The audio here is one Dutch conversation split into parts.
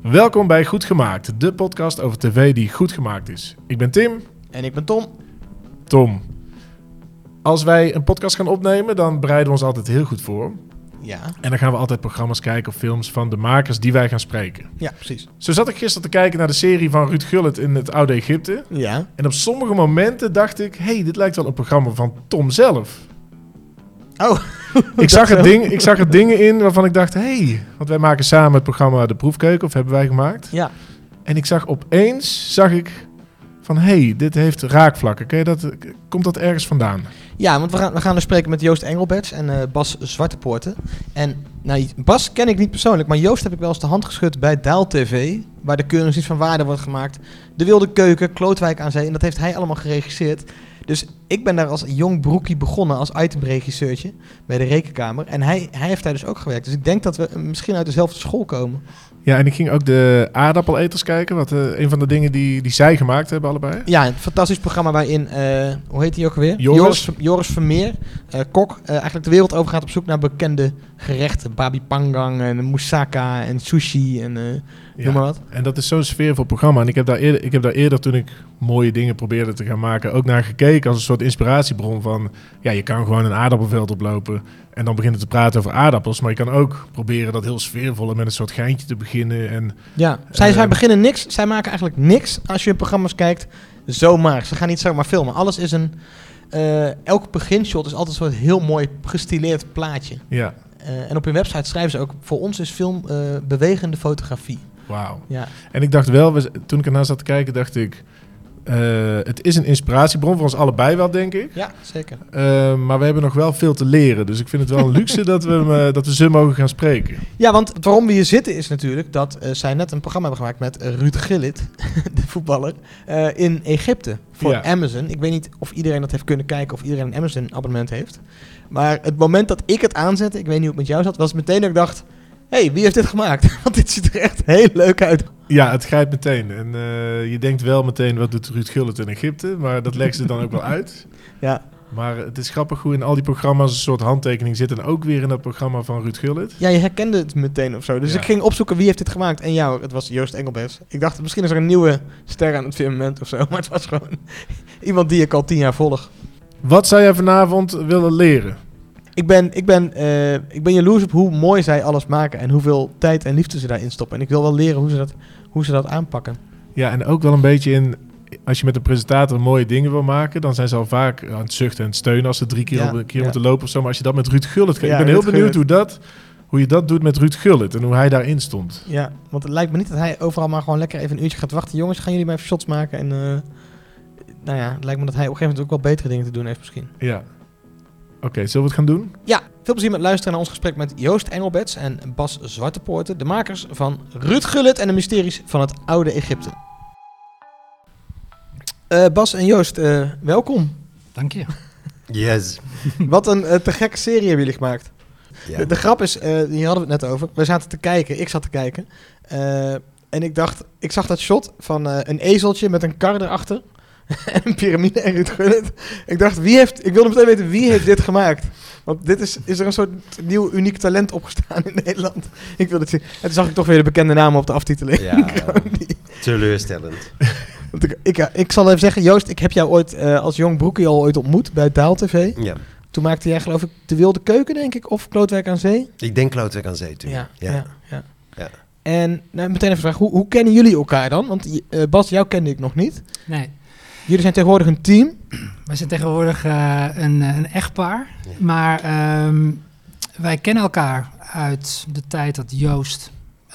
Welkom bij Goed Gemaakt, de podcast over tv die goed gemaakt is. Ik ben Tim. En ik ben Tom. Tom, als wij een podcast gaan opnemen, dan bereiden we ons altijd heel goed voor. Ja. En dan gaan we altijd programma's kijken of films van de makers die wij gaan spreken. Ja, precies. Zo zat ik gisteren te kijken naar de serie van Ruud Gullit in het oude Egypte. Ja. En op sommige momenten dacht ik, dit lijkt wel een programma van Tom zelf. Oh. Ik zag er dingen in waarvan ik dacht, want wij maken samen het programma De Proefkeuken, of hebben wij gemaakt. Ja. En ik zag opeens van, dit heeft raakvlakken. Komt dat ergens vandaan? Ja, want we gaan dus spreken met Joost Engelberts en Bas Zwartepoorten. En Bas ken ik niet persoonlijk, maar Joost heb ik wel eens de hand geschud bij Daal TV, waar de keuringsdienst van waarde wordt gemaakt. De Wilde Keuken, Klootwijk aan Zee, en dat heeft hij allemaal geregisseerd. Dus ik ben daar als jong broekie begonnen als itemregisseurtje bij de Rekenkamer. En hij heeft daar dus ook gewerkt. Dus ik denk dat we misschien uit dezelfde school komen. Ja, en ik ging ook de Aardappeleters kijken. Wat een van de dingen die zij gemaakt hebben allebei. Ja, een fantastisch programma waarin, hoe heet hij ook alweer? Joris Vermeer, kok, eigenlijk de wereld over gaat op zoek naar bekende gerechten. Babi Pangang en moussaka en sushi en noem maar wat. En dat is zo'n sfeervol programma. En ik heb daar eerder, toen ik mooie dingen probeerde te gaan maken, ook naar gekeken als een soort inspiratiebron van, je kan gewoon een aardappelveld oplopen en dan beginnen te praten over aardappels. Maar je kan ook proberen dat heel sfeervol en met een soort geintje te beginnen. En, zij beginnen niks. Zij maken eigenlijk niks als je in programma's kijkt. Zomaar. Ze gaan niet zomaar filmen. Alles is elk beginshot is altijd een soort heel mooi gestileerd plaatje. Ja. En op hun website schrijven ze ook, voor ons is film bewegende fotografie. Wauw. Ja. En ik dacht wel, toen ik ernaar zat te kijken, dacht ik, het is een inspiratiebron voor ons allebei wel, denk ik. Ja, zeker. Maar we hebben nog wel veel te leren. Dus ik vind het wel een luxe dat we ze mogen gaan spreken. Ja, want waarom we hier zitten is natuurlijk dat zij net een programma hebben gemaakt met Ruud Gullit, de voetballer, in Egypte voor Amazon. Ik weet niet of iedereen dat heeft kunnen kijken of iedereen een Amazon abonnement heeft. Maar het moment dat ik het aanzette, ik weet niet hoe het met jou zat, was meteen dat ik dacht, wie heeft dit gemaakt? Want dit ziet er echt heel leuk uit. Ja, het grijpt meteen. En je denkt wel meteen, wat doet Ruud Gullit in Egypte? Maar dat leggen ze dan ook wel uit. Ja. Maar het is grappig hoe in al die programma's een soort handtekening zit. En ook weer in dat programma van Ruud Gullit. Ja, je herkende het meteen of zo. Dus ik ging opzoeken wie heeft dit gemaakt. En het was Joost Engelberts. Ik dacht, misschien is er een nieuwe ster aan het firmament of zo. Maar het was gewoon iemand die ik al 10 jaar volg. Wat zou jij vanavond willen leren? Ik ben jaloers op hoe mooi zij alles maken en hoeveel tijd en liefde ze daarin stoppen. En ik wil wel leren hoe ze dat aanpakken. Ja, en ook wel een beetje als je met een presentator mooie dingen wil maken, dan zijn ze al vaak aan het zuchten en het steunen als ze 3 keer op een keer moeten lopen of zo. Maar als je dat met Ruud Gullit kijkt, ik ben heel benieuwd hoe je dat doet met Ruud Gullit en hoe hij daarin stond. Ja, want het lijkt me niet dat hij overal maar gewoon lekker even een uurtje gaat wachten. Jongens, gaan jullie maar even shots maken? En het lijkt me dat hij op een gegeven moment ook wel betere dingen te doen heeft misschien. Ja. Oké, zullen we het gaan doen? Ja, veel plezier met luisteren naar ons gesprek met Joost Engelberts en Bas Zwartepoorten, de makers van Ruud Gullit en de mysteries van het oude Egypte. Bas en Joost, welkom. Dank je. Yes. Wat een te gekke serie hebben jullie gemaakt. Ja. De grap is, hier hadden we het net over, we zaten te kijken, ik zat te kijken. En ik zag dat shot van een ezeltje met een kar erachter. En een piramide en Ruud Gullit. Ik dacht, ik wilde meteen weten wie heeft dit gemaakt. Want dit is er een soort nieuw uniek talent opgestaan in Nederland. Ik wilde het zien. En toen zag ik toch weer de bekende namen op de aftiteling. Ja, teleurstellend. Want ik zal even zeggen, Joost, ik heb jou ooit als jong broekie al ooit ontmoet bij Daal TV. Ja. Toen maakte jij geloof ik De Wilde Keuken, denk ik, of Klootwijk aan Zee. Ik denk Klootwijk aan Zee toen. Ja. En meteen even vragen, hoe kennen jullie elkaar dan? Want Bas, jou kende ik nog niet. Nee. Jullie zijn tegenwoordig een team. Wij zijn tegenwoordig een echtpaar. Ja. Maar wij kennen elkaar uit de tijd dat Joost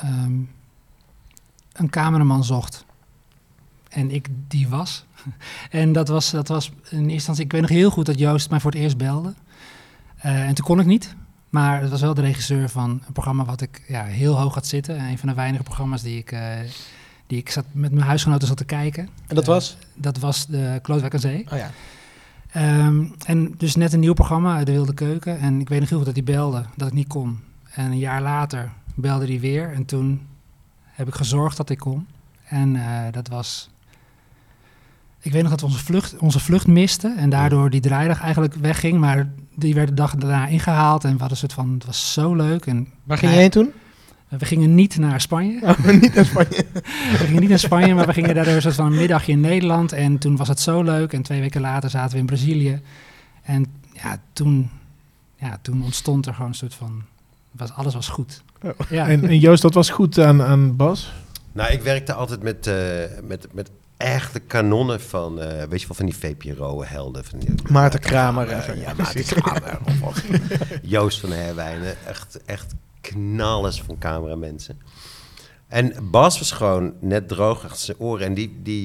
een cameraman zocht. En ik die was. En dat was in eerste instantie... Ik weet nog heel goed dat Joost mij voor het eerst belde. En toen kon ik niet. Maar het was wel de regisseur van een programma wat ik heel hoog had zitten. Een van de weinige programma's die ik met mijn huisgenoten zat te kijken. En dat was? Dat was de Klootwijk aan Zee. Oh ja. En dus net een nieuw programma, De Wilde Keuken. En ik weet nog heel goed dat hij belde, dat ik niet kon. En een jaar later belde hij weer. En toen heb ik gezorgd dat ik kon. En dat was... Ik weet nog dat we onze vlucht misten. En daardoor die draaidag eigenlijk wegging. Maar die werd de dag daarna ingehaald. En we hadden een soort van... Het was zo leuk. En waar ging je heen toen? We gingen niet naar Spanje. Niet naar Spanje. We gingen niet naar Spanje, maar we gingen daardoor een soort van een middagje in Nederland. En toen was het zo leuk. En 2 weken later zaten we in Brazilië. En toen ontstond er gewoon een soort van... alles was goed. Oh. Ja. En Joost, dat was goed aan Bas? Nou, ik werkte altijd met echte kanonnen van, weet je wel, van die VPRO-helden. Maarten Kramer. Maarten Kramer. Of Joost van Herwijnen. Echt knallers van cameramensen. En Bas was gewoon net droog achter zijn oren. En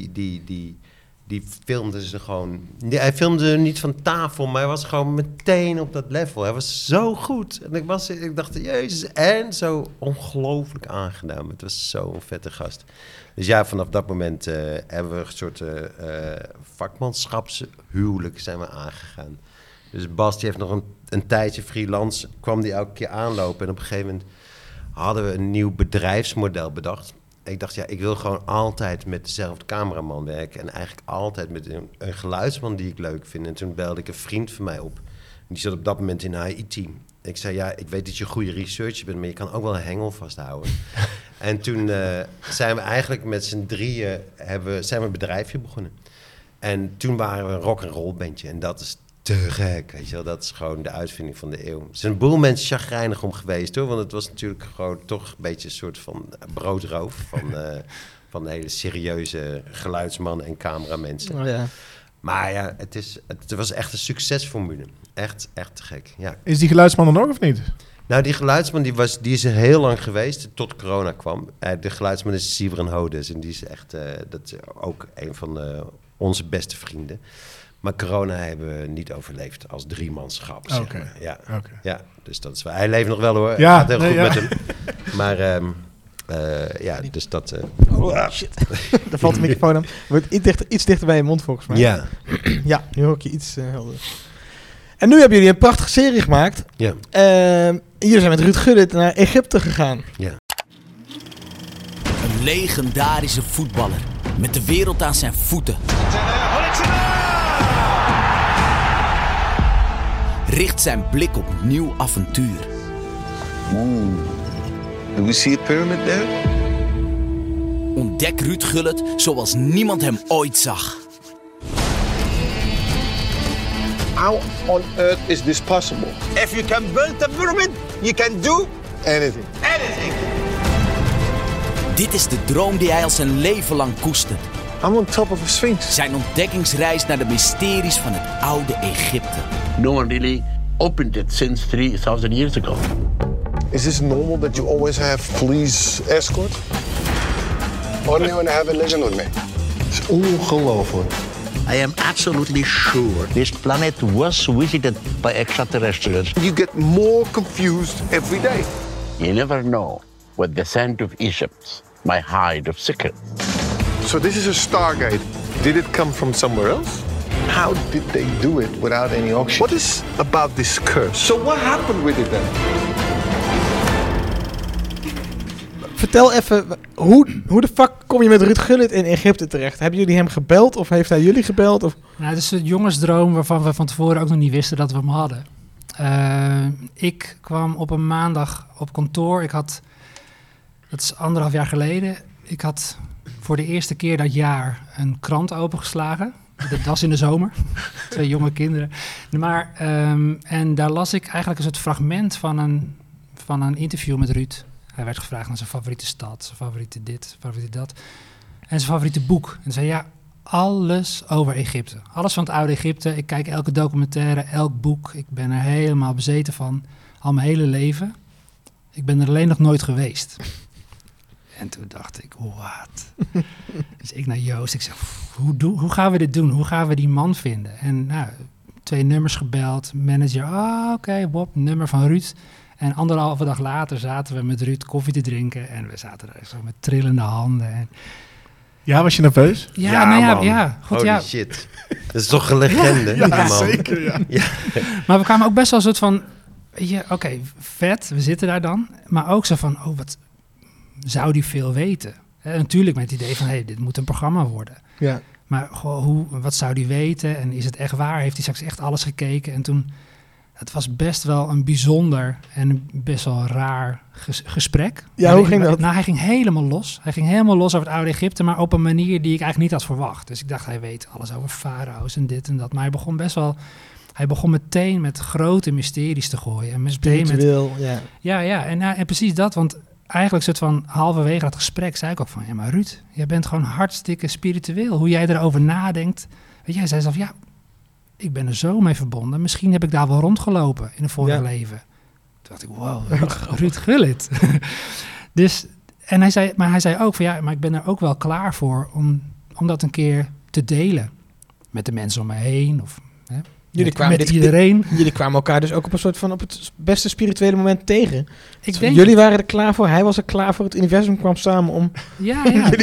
die filmde ze gewoon... Hij filmde niet van tafel, maar hij was gewoon meteen op dat level. Hij was zo goed. En ik dacht, jezus, en zo ongelooflijk aangenaam. Het was zo'n vette gast. Dus ja, vanaf dat moment hebben we een soort vakmanschapshuwelijk zijn we aangegaan. Dus Bas die heeft nog een tijdje freelance, kwam die elke keer aanlopen. En op een gegeven moment hadden we een nieuw bedrijfsmodel bedacht. Ik dacht, ik wil gewoon altijd met dezelfde cameraman werken. En eigenlijk altijd met een geluidsman die ik leuk vind. En toen belde ik een vriend van mij op. Die zat op dat moment in een HI-team. Ik zei, ik weet dat je een goede researcher bent, maar je kan ook wel een hengel vasthouden. En toen zijn we eigenlijk met z'n drieën zijn we een bedrijfje begonnen. En toen waren we een rock'n'roll bandje. En dat is te gek, weet je wel. Dat is gewoon de uitvinding van de eeuw. Er zijn een boel mensen chagrijnig om geweest, hoor. Want het was natuurlijk gewoon toch een beetje een soort van broodroof van hele serieuze geluidsmannen en cameramensen. Oh, ja. Maar ja, het was echt een succesformule. Echt te gek, ja. Is die geluidsman er nog of niet? Nou, die geluidsman die is er heel lang geweest, tot corona kwam. De geluidsman is Siveren Hodes en die is echt dat is ook een van onze beste vrienden. Maar corona hebben we niet overleefd als driemanschap, zeg maar. Ja. Okay. Ja, dus dat is wel... Hij leeft nog wel, hoor. Ja, gaat heel goed met hem. Maar dus dat... Oh, shit. Daar valt de microfoon aan. Wordt iets dichter bij je mond, volgens mij. Ja. Ja, nu hoor ik je iets helder. En nu hebben jullie een prachtige serie gemaakt. Ja. Jullie zijn met Ruud Gullit naar Egypte gegaan. Ja. Een legendarische voetballer met de wereld aan zijn voeten. Richt zijn blik op nieuw avontuur. Do we see a pyramid there? Ontdek Ruud Gullit zoals niemand hem ooit zag. How on earth is this possible? If you can build a pyramid, you can do Anything. anything. Dit is de droom die hij al zijn leven lang koestert. I'm on top of a sphinx. Zijn ontdekkingsreis naar de mysteries van het oude Egypte. No one really opened it since 3,000 years ago. Is this normal that you always have police escort? Why don't you have a legend with me? Het is ongelooflijk. I am absolutely sure this planet was visited by extraterrestrials. You get more confused every day. You never know what the sand of Egypt might hide of secrets. So this is a Stargate. Did it come from somewhere else? How did they do it without any oxygen? What is about this curse? So what happened with it then? Vertel even, hoe de fuck kom je met Ruud Gullit in Egypte terecht? Hebben jullie hem gebeld of heeft hij jullie gebeld? Of? Nou, het is een jongensdroom waarvan we van tevoren ook nog niet wisten dat we hem hadden. Ik kwam op een maandag op kantoor. Dat is 1,5 jaar geleden. Ik had voor de eerste keer dat jaar een krant opengeslagen. Dat was in de zomer. 2 jonge kinderen. Maar, en daar las ik eigenlijk een soort fragment van een interview met Ruud. Hij werd gevraagd naar zijn favoriete stad, zijn favoriete dit, zijn favoriete dat. En zijn favoriete boek. En zei alles over Egypte. Alles van het oude Egypte. Ik kijk elke documentaire, elk boek. Ik ben er helemaal bezeten van. Al mijn hele leven. Ik ben er alleen nog nooit geweest. En toen dacht ik, wat? Dus ik naar Joost. Ik zeg, hoe gaan we dit doen? Hoe gaan we die man vinden? En 2 nummers gebeld. Manager, oké, Bob, nummer van Ruud. En 1,5 dag later zaten we met Ruud koffie te drinken. En we zaten daar zo met trillende handen. En... Ja, was je nerveus? Ja, goed, Holy shit. Dat is toch een legende, ja, die man. Zeker, ja. Maar we kwamen ook best wel een soort van... Oké, vet, we zitten daar dan. Maar ook zo van, wat zou die veel weten? Natuurlijk met het idee van, dit moet een programma worden. Ja. Maar wat zou die weten? En is het echt waar? Heeft hij straks echt alles gekeken? En toen Het was best wel een bijzonder en best wel raar gesprek. Ja, hoe ging dat? Nou, hij ging helemaal los. Hij ging helemaal los over het oude Egypte, maar op een manier die ik eigenlijk niet had verwacht. Dus ik dacht, hij weet alles over farao's en dit en dat. Maar hij begon meteen met grote mysteries te gooien. En meteen Spiritueel, ja. En precies dat, want eigenlijk soort van halverwege dat gesprek zei ik ook van... Ja, maar Ruud, jij bent gewoon hartstikke spiritueel. Hoe jij erover nadenkt. Weet je, hij zei zelf, ja, ik ben er zo mee verbonden. Misschien heb ik daar wel rondgelopen in een vorig leven. Toen dacht ik, wow, Ruud Gullit. Dus, en hij zei ook van, ja, maar ik ben er ook wel klaar voor om dat een keer te delen. Met de mensen om me heen of... Hè, met iedereen. Jullie kwamen elkaar dus ook op het beste spirituele moment tegen. Denk jullie waren er klaar voor, hij was er klaar voor, het universum kwam samen om... Ja.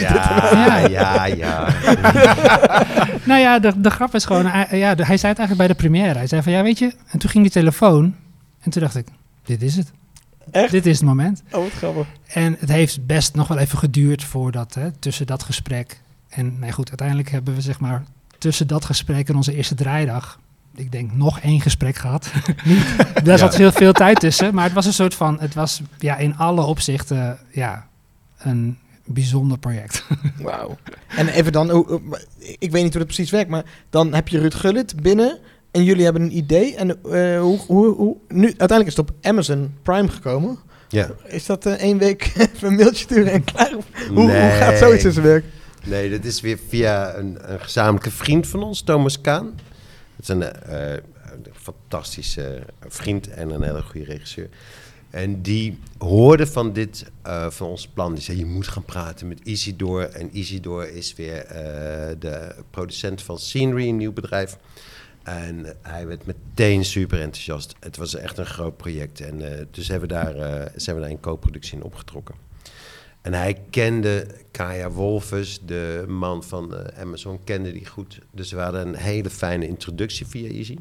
Nou ja, de grap is gewoon... hij zei het eigenlijk bij de première. Hij zei van, ja, weet je... En toen ging die telefoon. En toen dacht ik, dit is het. Echt? Dit is het moment. Oh, wat grappig. En het heeft best nog wel even geduurd voordat, tussen dat gesprek... En nee, goed, uiteindelijk hebben we zeg maar... Tussen dat gesprek en onze eerste draaidag... Ik denk nog 1 gesprek gehad. Daar zat heel veel tijd tussen. Maar het was een soort van... Het was in alle opzichten een bijzonder project. Wauw. En even dan... ik weet niet hoe dat precies werkt. Maar dan heb je Ruud Gullit binnen. En jullie hebben een idee. En nu, uiteindelijk is het op Amazon Prime gekomen. Ja. Is dat 1 week even een mailtje sturen en klaar? Hoe gaat zoiets in zijn werk? Nee, dat is weer via een gezamenlijke vriend van ons, Thomas Kaan. Het is een fantastische vriend en een hele goede regisseur. En die hoorde van van ons plan. Die zei, je moet gaan praten met Isidor. En Isidor is weer de producent van Scenery, een nieuw bedrijf. En hij werd meteen super enthousiast. Het was echt een groot project. En dus zijn we daar een co-productie in opgetrokken. En hij kende Kaya Wolfers, de man van Amazon, kende die goed. Dus we hadden een hele fijne introductie via Easy.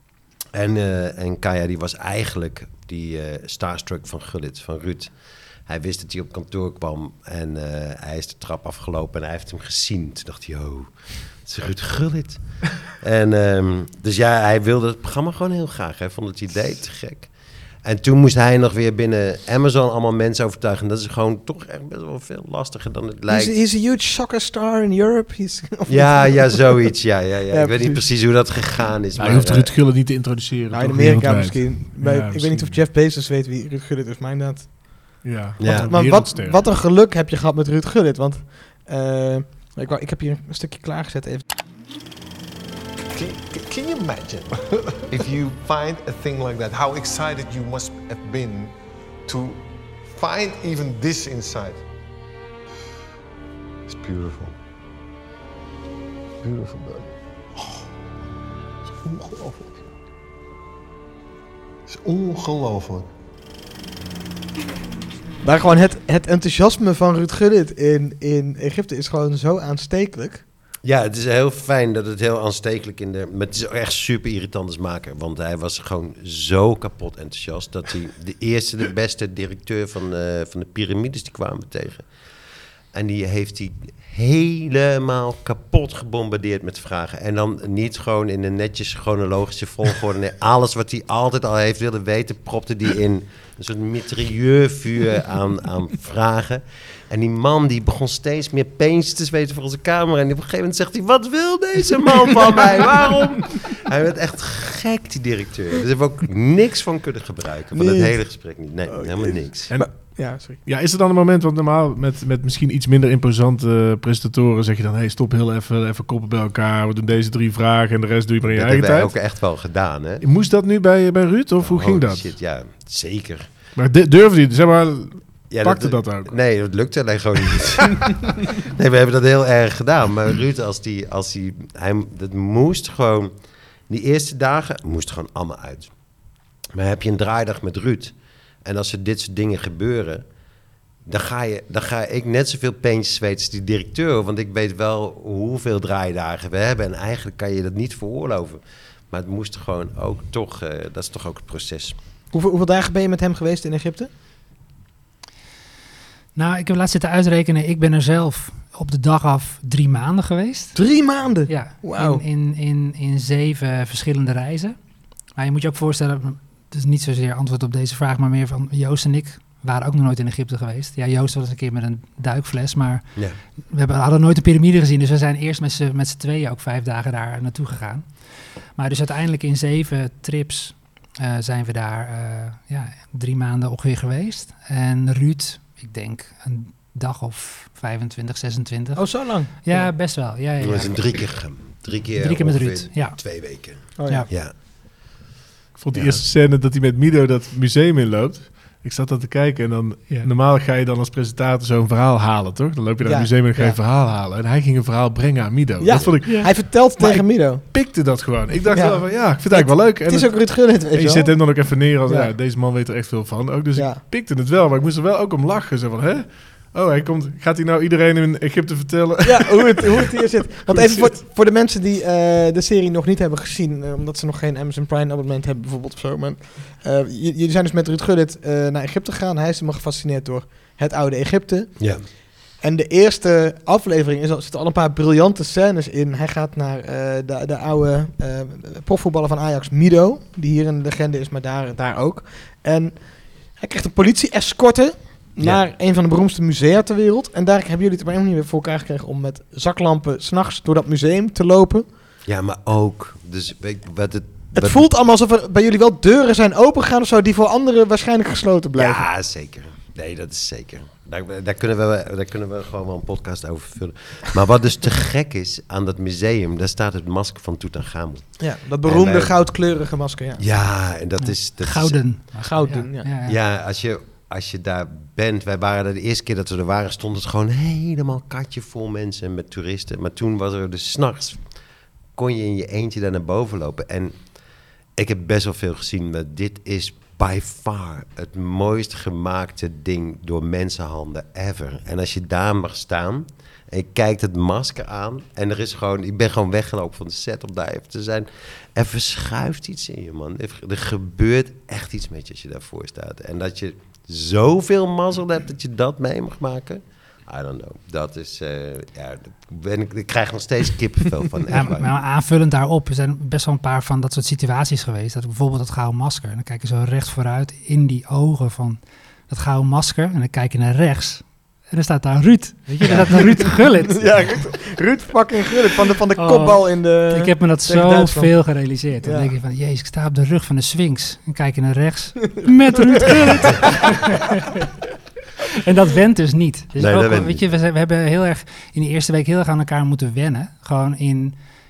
En Kaya die was eigenlijk die starstruck van Gullit, van Ruud. Hij wist dat hij op kantoor kwam en hij is de trap afgelopen en hij heeft hem gezien. Toen dacht hij, oh, het is Ruud Gullit. En dus ja, hij wilde het programma gewoon heel graag. Hij vond het idee te gek. En toen moest hij nog weer binnen Amazon allemaal mensen overtuigen. Dat is gewoon toch echt best wel veel lastiger dan het lijkt. He's a huge soccer star in Europe. Ja, zoiets. Ja. Ik weet niet precies hoe dat gegaan is. Maar je hoeft Ruud Gullit niet te introduceren. Nou, in Amerika misschien. Ik weet niet of Jeff Bezos weet wie Ruud Gullit is, maar inderdaad. Maar wat een geluk heb je gehad met Ruud Gullit. Want ik heb hier een stukje klaargezet even. Can you imagine if you find a thing like that? How excited you must have been to find even this inside. It's beautiful. Beautiful, buddy. Oh, het is ongelooflijk. Het is ongelooflijk. Maar gewoon het enthousiasme van Ruud Gullit in Egypte is gewoon zo aanstekelijk. Ja, het is heel fijn dat het heel aanstekelijk maar het is echt super irritant als maker. Want hij was gewoon zo kapot enthousiast dat hij de beste directeur van de piramides, die kwamen tegen. En die heeft hij helemaal kapot gebombardeerd met vragen. En dan niet gewoon in een netjes chronologische volgorde. Nee, alles wat hij altijd al heeft willen weten, propte die in een soort mitrailleurvuur aan vragen. En die man die begon steeds meer peentjes te zweten voor onze camera. En op een gegeven moment zegt hij, wat wil deze man van mij? Waarom? Hij werd echt gek, die directeur. Dus hebben we ook niks van kunnen gebruiken. Van het hele gesprek niet. Nee, helemaal niks. En, ja, is er dan een moment, want normaal met misschien iets minder imposante presentatoren zeg je dan, hey, stop heel even koppen bij elkaar. We doen deze 3 vragen en de rest doe je maar in je eigen tijd. Dat hebben wij ook echt wel gedaan, hè? Moest dat nu bij Ruud of hoe ging dat? Shit, ja, zeker. Maar durfde hij, zeg maar... Ja, pakte dat ook? Nee, dat lukte alleen gewoon niet. Nee, we hebben dat heel erg gedaan. Maar Ruud, dat moest gewoon... Die eerste dagen moest gewoon allemaal uit. Maar heb je een draaidag met Ruud... en als er dit soort dingen gebeuren... dan ga ik net zoveel peentjes zweten als die directeur... want ik weet wel hoeveel draaidagen we hebben... en eigenlijk kan je dat niet veroorloven. Maar het moest gewoon ook toch... dat is toch ook het proces. Hoeveel dagen ben je met hem geweest in Egypte? Nou, ik heb laatst zitten uitrekenen. Ik ben er zelf op de dag af 3 maanden geweest. 3 maanden? Ja, wow. in 7 verschillende reizen. Maar je moet je ook voorstellen, dus niet zozeer antwoord op deze vraag, maar meer van Joost en ik waren ook nog nooit in Egypte geweest. Ja, Joost was een keer met een duikfles, maar we hadden nooit de piramide gezien. Dus we zijn eerst met z'n tweeën ook 5 dagen daar naartoe gegaan. Maar dus uiteindelijk in 7 trips zijn we daar 3 maanden ongeveer geweest. En Ruud, ik denk een dag of 25, 26. Oh, zo lang? Ja, best wel. Ja. We zijn 3 keer gegaan. 3 keer met Ruud, 2 weken. Oh, ja. Ik vond de eerste scène dat hij met Mido dat museum inloopt. Ik zat dat te kijken en dan... Normaal ga je dan als presentator zo'n verhaal halen, toch? Dan loop je naar het museum en ga je een verhaal halen. En hij ging een verhaal brengen aan Mido. Ja, dat vond ik, hij vertelt tegen Mido. Ik pikte dat gewoon. Ik dacht wel van, ik vind het eigenlijk wel leuk. Het is ook Ruud Gullit, weet je wel. Je zet hem dan ook even neer als, deze man weet er echt veel van. Ook, dus ik pikte het wel, maar ik moest er wel ook om lachen. Zo van, hè? Oh, gaat hij nou iedereen in Egypte vertellen? Ja, hoe het hier zit. Want even voor de mensen die de serie nog niet hebben gezien, omdat ze nog geen Amazon Prime abonnement hebben bijvoorbeeld of zo. Maar jullie zijn dus met Ruud Gullit naar Egypte gegaan. Hij is helemaal gefascineerd door het oude Egypte. Ja. En de eerste aflevering zitten al een paar briljante scènes in. Hij gaat naar de oude profvoetballer van Ajax, Mido, die hier een legende is, maar daar ook. En hij krijgt een politie-escorte naar een van de beroemdste musea ter wereld. En daar hebben jullie het op een manier voor elkaar gekregen om met zaklampen 's nachts door dat museum te lopen. Ja, maar ook. Dus het voelt allemaal alsof er bij jullie wel deuren zijn opengegaan of zo, die voor anderen waarschijnlijk gesloten blijven. Ja, zeker. Nee, dat is zeker. Daar kunnen we gewoon wel een podcast over vullen. Maar wat dus te gek is aan dat museum, daar staat het masker van Tutankhamon. Ja, dat beroemde goudkleurige masker. Ja, ja en dat is... Gouden. Ja, als je daar bent, wij waren de eerste keer dat we er waren, stond het gewoon helemaal katje vol mensen met toeristen. Maar toen was er dus 's nachts, kon je in je eentje daar naar boven lopen. En ik heb best wel veel gezien, maar dit is by far het mooist gemaakte ding door mensenhanden ever. En als je daar mag staan en je kijkt het masker aan en ik ben gewoon weggelopen van de set om daar even te zijn. Er verschuift iets in je, man. Er gebeurt echt iets met je als je daarvoor staat. En dat je zoveel mazzel hebt dat je dat mee mag maken. I don't know. Dat is... ik krijg nog steeds kippenvel van. Maar aanvullend daarop, er zijn best wel een paar van dat soort situaties geweest. Dat bijvoorbeeld dat gouden masker. En dan kijk je zo recht vooruit in die ogen van dat gouden masker. En dan kijk je naar rechts. En dan staat daar Ruud. Weet je, daar staat Ruud Gullit. Ja, Ruud fucking Gullit van de kopbal in de... Ik heb me dat zo veel gerealiseerd. Dan denk je van, jezus, ik sta op de rug van de Sphinx. En kijk je naar rechts. Met Ruud Gullit. En dat went dus niet. Dus nee, ook, weet je, we hebben heel erg in die eerste week heel erg aan elkaar moeten wennen. Gewoon in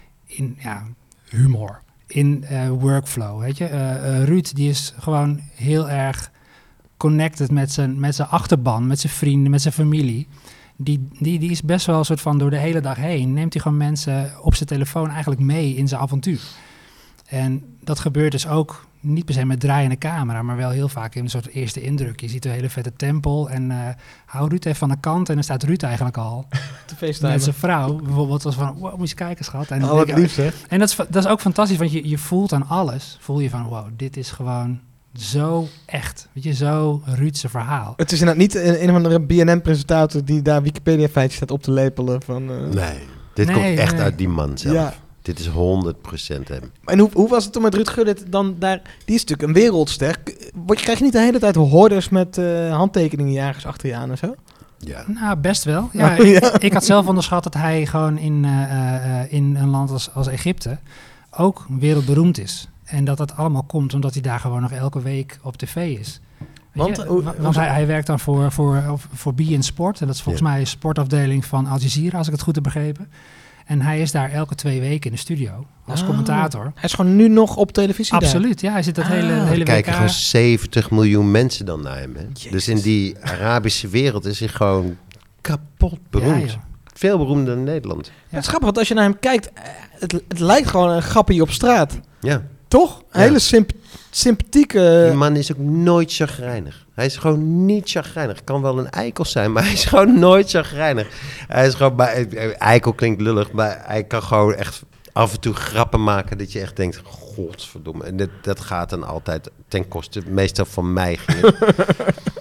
humor, in workflow. Weet je, Ruud die is gewoon heel erg connected met zijn achterban, met zijn vrienden, met zijn familie. Die is best wel een soort van door de hele dag heen neemt hij gewoon mensen op zijn telefoon eigenlijk mee in zijn avontuur. En dat gebeurt dus ook niet per se met draaiende camera, maar wel heel vaak in een soort eerste indruk. Je ziet een hele vette tempel en hou Ruud even van de kant en dan staat Ruud eigenlijk al te feesten met zijn vrouw. Bijvoorbeeld was van, wow, moet je eens kijken, schat. En wat lief, hè? En dat is ook fantastisch, want je voelt aan alles, voel je van, wow, dit is gewoon zo echt. Weet je, zo Ruudse verhaal. Het is inderdaad niet een of andere BNN-presentator die daar Wikipedia-feitjes staat op te lepelen. Nee, dit komt echt uit die man zelf. Ja. Dit is 100% hem. En hoe was het toen met Ruud Gullit dan daar? Die is natuurlijk een wereldster. Krijg je niet de hele tijd hordes met handtekeningenjagers achter je aan en zo? Ja. Nou, best wel. Ja, ik had zelf onderschat dat hij gewoon in een land als Egypte ook wereldberoemd is. En dat dat allemaal komt omdat hij daar gewoon nog elke week op tv is. Want hij werkt dan voor BeIN Sport. En dat is volgens mij een sportafdeling van Al Jazeera, als ik het goed heb begrepen. En hij is daar elke 2 weken in de studio als commentator. Hij is gewoon nu nog op televisie. Absoluut, ja. Hij zit dat hele WK. Er kijken gewoon 70 miljoen mensen dan naar hem. Hè? Dus in die Arabische wereld is hij gewoon kapot beroemd. Ja, veel beroemder dan Nederland. Ja. Het is grappig, want als je naar hem kijkt, het lijkt gewoon een grappie op straat. Ja. Toch? Een hele sympathieke... Die man is ook nooit chagrijnig. Hij is gewoon niet chagrijnig. Kan wel een eikel zijn, maar hij is gewoon nooit chagrijnig. Hij is gewoon... Eikel klinkt lullig, maar hij kan gewoon echt af en toe grappen maken dat je echt denkt, godverdomme. En dat gaat dan altijd ten koste, meestal van mij.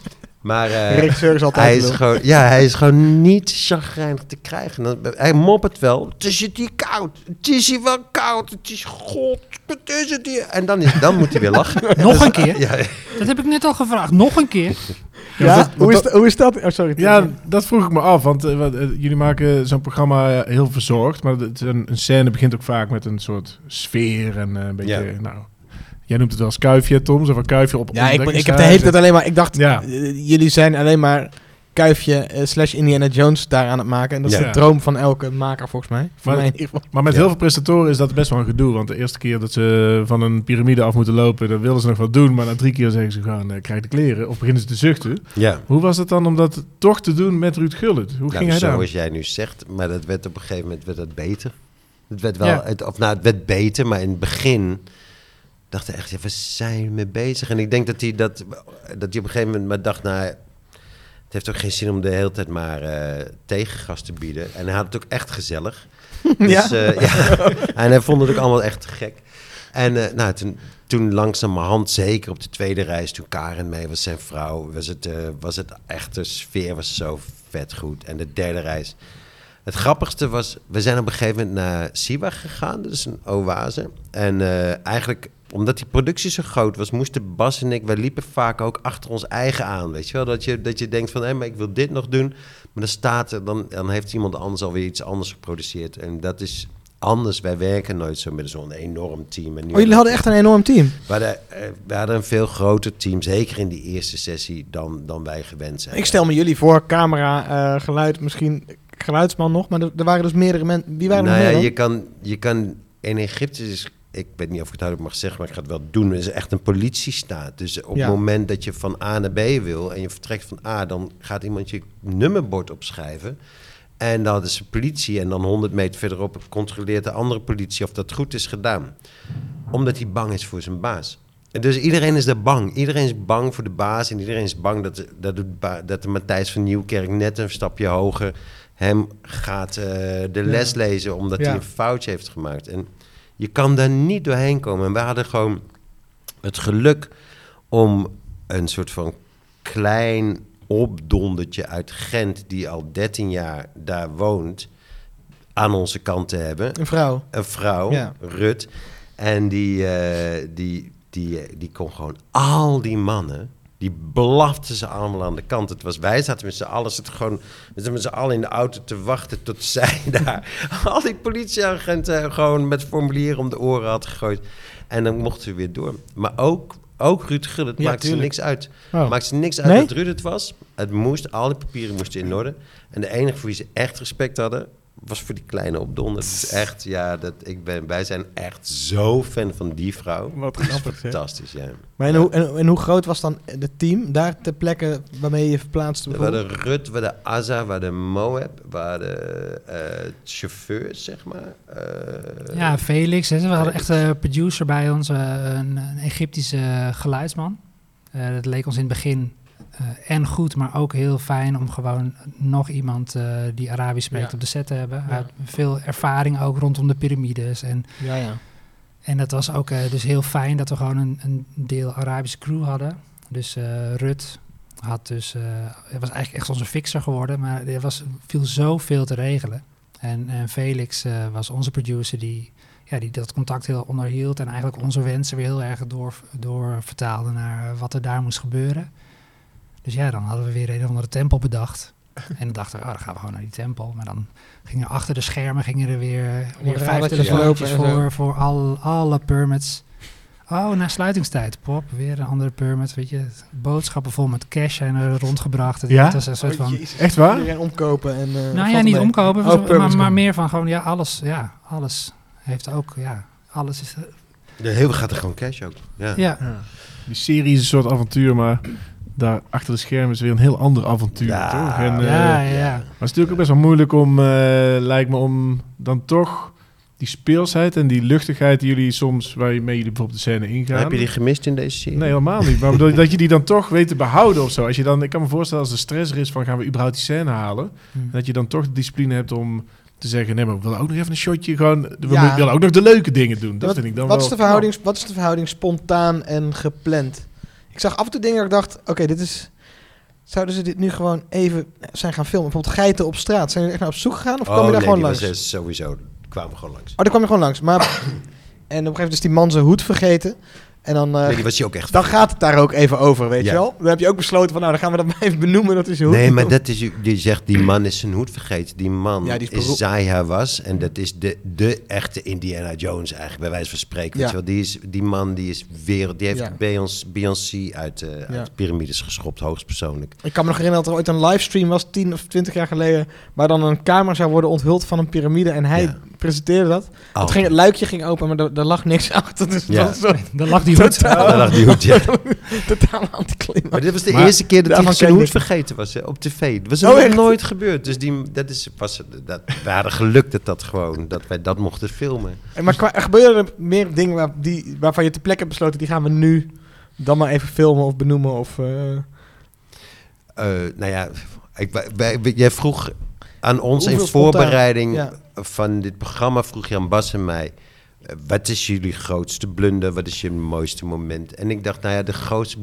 Maar regisseur is altijd hij is gewoon niet chagrijnig te krijgen. Hij moppert wel. Het is hier koud. Het is hier wel koud. Het is god. Wat is het hier? En dan moet hij weer lachen. Nog een keer? Ja. Dat heb ik net al gevraagd. Nog een keer? Ja, hoe is dat? Oh, sorry. Ja, dat vroeg ik me af. Want jullie maken zo'n programma heel verzorgd. Maar een scène begint ook vaak met een soort sfeer. En een beetje, jij noemt het wel als kuifje, Tom. Zo van kuifje op. Ja, ik heb de hele tijd alleen maar... Ik dacht, jullie zijn alleen maar kuifje / Indiana Jones daar aan het maken. En dat is de droom van elke maker, volgens mij. Maar met heel veel presentatoren is dat best wel een gedoe. Want de eerste keer dat ze van een piramide af moeten lopen, dan willen ze nog wat doen. Maar na 3 keer zeggen ze gewoon, krijg de kleren. Of beginnen ze te zuchten. Ja. Hoe was het dan om dat toch te doen met Ruud Gullit? Hoe ging hij daar? Zoals jij nu zegt, maar dat werd op een gegeven moment beter. Het werd wel, het werd beter, maar in het begin dacht hij echt, waar zijn we mee bezig? En ik denk dat hij op een gegeven moment maar dacht, het heeft ook geen zin om de hele tijd maar tegengas te bieden. En hij had het ook echt gezellig. Dus, en hij vond het ook allemaal echt gek. En toen langzamerhand, zeker op de tweede reis, toen Karen mee was, zijn vrouw, was het echt, de sfeer was zo vet goed. En de derde reis. Het grappigste was, we zijn op een gegeven moment naar Siwa gegaan. Dat is een oase. En eigenlijk, omdat die productie zo groot was, moesten Bas en ik, wij liepen vaak ook achter ons eigen aan. Weet je wel, dat je denkt van, maar ik wil dit nog doen. Maar dan heeft iemand anders alweer iets anders geproduceerd. En dat is anders. Wij werken nooit zo met zo'n enorm team. En jullie hadden echt een enorm team? We hadden een veel groter team, zeker in die eerste sessie, dan wij gewend zijn. Ik stel me jullie voor, camera, geluid, misschien geluidsman nog, maar er waren dus meerdere mensen. Wie waren er meer dan? Je kan in Egypte, ik weet niet of ik het hardop mag zeggen, maar ik ga het wel doen. Er is echt een politiestaat. Dus op het moment dat je van A naar B wil en je vertrekt van A, dan gaat iemand je nummerbord opschrijven. En dan is de politie en dan 100 meter verderop controleert de andere politie of dat goed is gedaan. Omdat hij bang is voor zijn baas. En dus iedereen is daar bang. Iedereen is bang voor de baas en iedereen is bang dat de Matthijs van Nieuwkerk net een stapje hoger hem gaat de les lezen omdat hij een foutje heeft gemaakt. En je kan daar niet doorheen komen. En we hadden gewoon het geluk om een soort van klein opdondertje uit Gent, die al 13 jaar daar woont, aan onze kant te hebben. Een vrouw, Rut. En die kon gewoon al die mannen, die blaften ze allemaal aan de kant. Wij zaten met z'n allen in de auto te wachten tot zij daar al die politieagenten gewoon met formulieren om de oren had gegooid. En dan mochten we weer door. Maar ook Ruud Gullit maakte ze niks uit. Maakte ze niks uit dat Ruud het was. Al die papieren moesten in orde. En de enige voor wie ze echt respect hadden, was voor die kleine opdonder. Dus echt, wij zijn echt zo fan van die vrouw. Wat grappig, fantastisch, ja. Maar en hoe groot was dan het team daar ter plekke waarmee je verplaatst? We hadden Rut, we hadden Azza, we hadden Moab, we hadden chauffeurs, zeg maar. Felix. We hadden echt een producer bij ons, een Egyptische geluidsman. Dat leek ons in het begin en goed, maar ook heel fijn om gewoon nog iemand die Arabisch spreekt op de set te hebben. Hij had veel ervaring ook rondom de piramides. En dat was ook dus heel fijn dat we gewoon een deel Arabische crew hadden. Dus Rut had was eigenlijk echt onze fixer geworden, maar viel zoveel te regelen. En Felix was onze producer die dat contact heel onderhield en eigenlijk onze wensen weer heel erg door vertaalde naar wat er daar moest gebeuren. Dus dan hadden we weer een of andere tempel bedacht. En dan dachten we, dan gaan we gewoon naar die tempel. Maar dan gingen achter de schermen er weer 5 telefoontjes voor alle permits. Na sluitingstijd, pop, weer een andere permit. Weet je, boodschappen vol met cash zijn er rondgebracht. Het was een soort van... Echt waar? Iedereen omkopen en... niet omkopen, maar meer van gewoon, alles heeft ook, alles is... Heel veel gaat er gewoon cash ook. Ja. Die serie is een soort avontuur, maar daar achter de schermen is weer een heel ander avontuur, toch? En, maar het is natuurlijk ook best wel moeilijk lijkt me, om dan toch die speelsheid en die luchtigheid die jullie soms, waarmee jullie bijvoorbeeld de scène ingaan. Heb je die gemist in deze serie? Nee, helemaal niet. Maar bedoel, dat je die dan toch weet te behouden of zo. Als je dan, ik kan me voorstellen als de stress er is van, gaan we überhaupt die scène halen? Dat je dan toch de discipline hebt om te zeggen, nee, maar we willen ook nog even een shotje we willen ook nog de leuke dingen doen. Dat vind ik dan wat is de verhouding spontaan en gepland? Ik zag af en toe dingen dat ik dacht, oké, dit is Zouden ze dit nu gewoon even zijn gaan filmen? Bijvoorbeeld geiten op straat. Zijn jullie echt naar op zoek gegaan? Of kwam je daar gewoon langs? Was sowieso, kwamen we gewoon langs. Oh, daar kwam je gewoon langs. Maar, en op een gegeven moment is die man zijn hoed vergeten. En dan, Nee, die was hij ook echt. dan gaat het daar ook even over, weet Ja. je wel? Dan heb je ook besloten van, nou, dan gaan we dat maar even benoemen. Dat is je hoed. Nee, maar dat is, die zegt, die man is zijn hoed vergeten. Die man Ja, die is is beroep- Zaya was. En dat is de echte Indiana Jones eigenlijk, bij wijze van spreken. Ja. Weet je wel? Die man die is wereld. Die heeft Ja. Beyoncé uit de piramides geschopt, hoogstpersoonlijk. Ik kan me nog herinneren dat er ooit een livestream was, 10 of 20 jaar geleden, waar dan een kamer zou worden onthuld van een piramide en hij presenteerde dat. Het luikje ging open, maar er lag niks achter. Dus Ja. dat was Daar lag die hoed. Daar lag die hoed, ja. totaal anticlimax. Maar dit was de eerste keer dat hij daarvan zijn ken hoed ik vergeten was, hè, op tv. Dat was Oh, nog echt? nooit gebeurd. Dus we hadden geluk dat wij dat mochten filmen. Maar gebeuren er meer dingen waarvan je ter plekke hebt besloten, die gaan we nu dan maar even filmen of benoemen? Of, Nou ja, jij vroeg aan ons Hoeveel in voorbereiding spontaan, van dit programma, vroeg je aan Bas en mij, wat is jullie grootste blunder? Wat is je mooiste moment? En ik dacht, nou ja, de grootste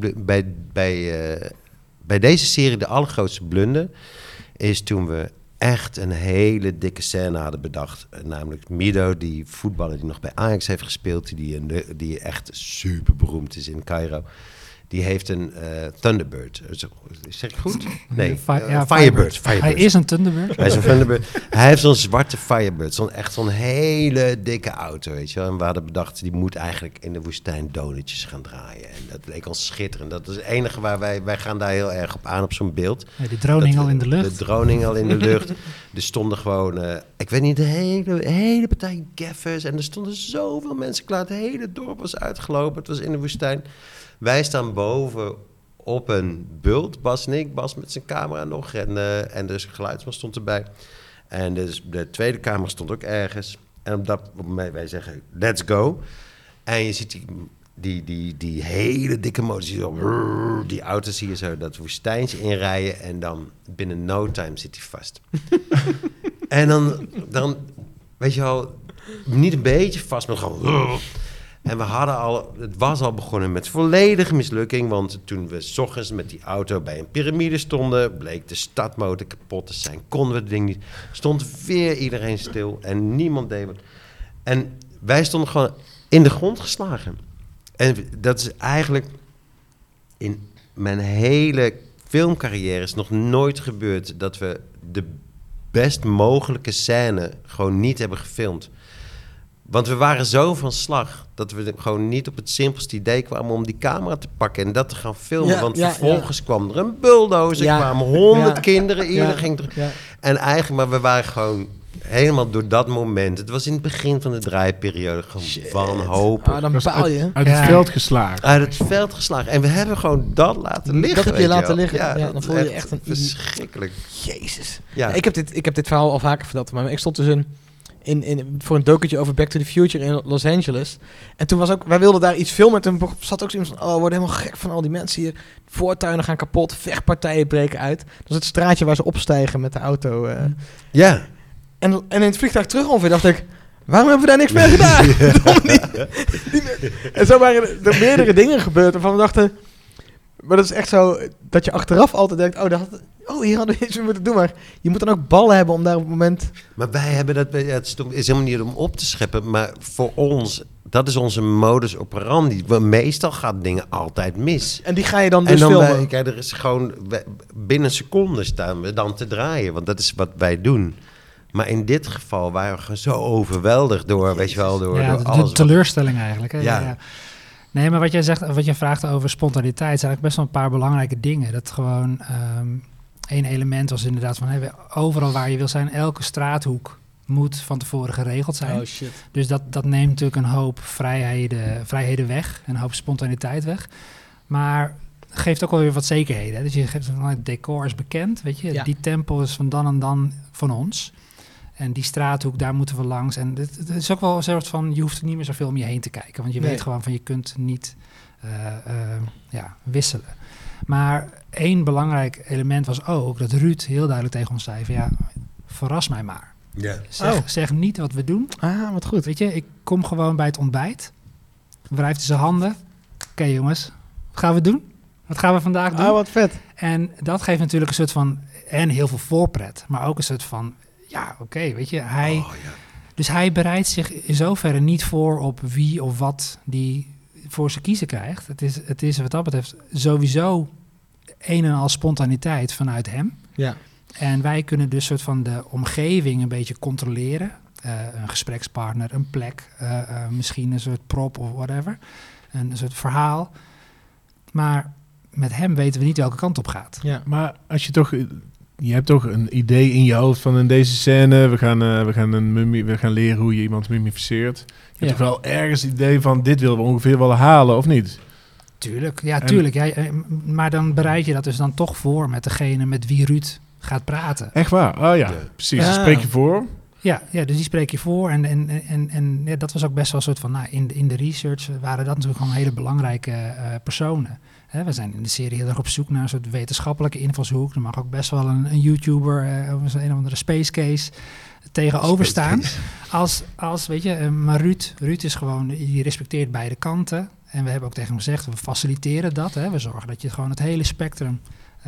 bij deze serie, de allergrootste blunder, is toen we echt een hele dikke scène hadden bedacht. Namelijk Mido, die voetballer die nog bij Ajax heeft gespeeld, die echt super beroemd is in Cairo. Die heeft een Thunderbird. Zeg ik goed? Nee, Firebird. Hij is een Thunderbird. Hij is een Thunderbird. Hij heeft zo'n zwarte Firebird. Echt zo'n hele dikke auto, weet je wel. En we hadden bedacht, die moet eigenlijk in de woestijn donutjes gaan draaien. En dat leek ons schitterend. Dat is het enige waar wij gaan daar heel erg op aan, op zo'n beeld. Ja, die drone hing al in de lucht. De drone hing al in de lucht. Er stonden gewoon, ik weet niet, de hele partij gaffers. En er stonden zoveel mensen klaar. Het hele dorp was uitgelopen. Het was in de woestijn. Wij staan boven op een bult, Bas en ik. Bas met zijn camera nog en dus geluidsman stond erbij. En dus de tweede camera stond ook ergens. En op dat moment wij zeggen, let's go. En je ziet die hele dikke motor, die auto's zie je zo dat woestijntje inrijden. En dan binnen no time zit hij vast. En dan, weet je wel, niet een beetje vast, maar gewoon... En het was al begonnen met volledige mislukking, want toen we 's ochtends met die auto bij een piramide stonden, bleek de startmotor kapot te zijn, konden we het ding niet. Stond weer iedereen stil en niemand deed wat. En wij stonden gewoon in de grond geslagen. En dat is eigenlijk in mijn hele filmcarrière is nog nooit gebeurd dat we de best mogelijke scène gewoon niet hebben gefilmd. Want we waren zo van slag dat we gewoon niet op het simpelste idee kwamen om die camera te pakken en dat te gaan filmen. Want vervolgens kwam er een bulldozer, kwamen 100 kinderen, iedereen ging er. Ja. En eigenlijk, maar we waren gewoon helemaal door dat moment. Het was in het begin van de draaiperiode gewoon wanhopig. Dan bepaal je. Uit het veld geslagen. Uit het veld geslagen. En we hebben gewoon dat laten liggen. Dat heb je laten liggen. Ja, dan voel je echt een... Verschrikkelijk. Jezus. Ja. Ja, ik heb dit verhaal al vaker verteld. Maar ik stond dus voor een documentje over Back to the Future in Los Angeles. En toen was ook... Wij wilden daar iets filmen. En toen zat ook iemand van... Oh, we worden helemaal gek van al die mensen hier. Voortuinen gaan kapot. Vechtpartijen breken uit. Dat is het straatje waar ze opstijgen met de auto. Ja. En in het vliegtuig terug ongeveer dacht ik... Waarom hebben we daar niks mee gedaan? En zo waren er meerdere dingen gebeurd waarvan we dachten... Maar dat is echt zo dat je achteraf altijd denkt... hier hadden we iets mee moeten doen. Maar je moet dan ook ballen hebben om daar op het moment... Maar wij hebben dat... Het is helemaal niet om op te scheppen. Maar voor ons... Dat is onze modus operandi. Meestal gaat dingen altijd mis. En die ga je dan dus filmen? Kijk, er is gewoon... Binnen seconden staan we dan te draaien. Want dat is wat wij doen. Maar in dit geval waren we gewoon zo overweldigd door... Weet je wel, door alles. De teleurstelling eigenlijk. Hè? Ja. Nee, maar wat jij zegt, wat je vraagt over spontaniteit... zijn eigenlijk best wel een paar belangrijke dingen. Dat gewoon... één element was inderdaad van... overal waar je wil zijn, elke straathoek... moet van tevoren geregeld zijn. Oh shit. Dus dat neemt natuurlijk een hoop vrijheden weg. Een hoop spontaniteit weg. Maar geeft ook wel weer wat zekerheden. Hè? Dus je geeft van het decor is bekend. Weet je, die tempel is van dan en dan van ons. En die straathoek, daar moeten we langs. En het is ook wel een soort van... je hoeft er niet meer zoveel om je heen te kijken. Want je weet gewoon van je kunt niet wisselen. Maar één belangrijk element was ook... dat Ruud heel duidelijk tegen ons zei van... verras mij maar. Ja. Zeg niet wat we doen. Ah, wat goed. Weet je, ik kom gewoon bij het ontbijt. Wrijft zijn handen. Oké, jongens, wat gaan we doen? Wat gaan we vandaag doen? Ah, wat vet. En dat geeft natuurlijk een soort van... En heel veel voorpret, maar ook een soort van... Ja, oké, weet je, Dus hij bereidt zich in zoverre niet voor op wie of wat die voor zijn kiezen krijgt. Het is wat dat betreft sowieso een en al spontaniteit vanuit hem. Ja. En wij kunnen dus soort van de omgeving een beetje controleren. Een gesprekspartner, een plek, misschien een soort prop of whatever. Een soort verhaal. Maar met hem weten we niet welke kant op gaat. Ja, maar als je toch... Je hebt toch een idee in je hoofd van in deze scène... We gaan leren hoe je iemand mummificeert. Je hebt toch wel ergens het idee van... Dit willen we ongeveer wel halen, of niet? Tuurlijk, ja, tuurlijk. Ja, maar dan bereid je dat dus dan toch voor... met degene met wie Ruud gaat praten. Echt waar? Oh ja, precies. Ja. Dan spreek je voor... Ja, dus die spreek je voor. En ja, dat was ook best wel een soort van... in de research waren dat natuurlijk gewoon hele belangrijke personen. We zijn in de serie heel erg op zoek naar een soort wetenschappelijke invalshoek. Er mag ook best wel een YouTuber... of een of andere space case tegenover staan. Als weet je, maar Ruud is gewoon... Die respecteert beide kanten. En we hebben ook tegen hem gezegd... We faciliteren dat. We zorgen dat je gewoon het hele spectrum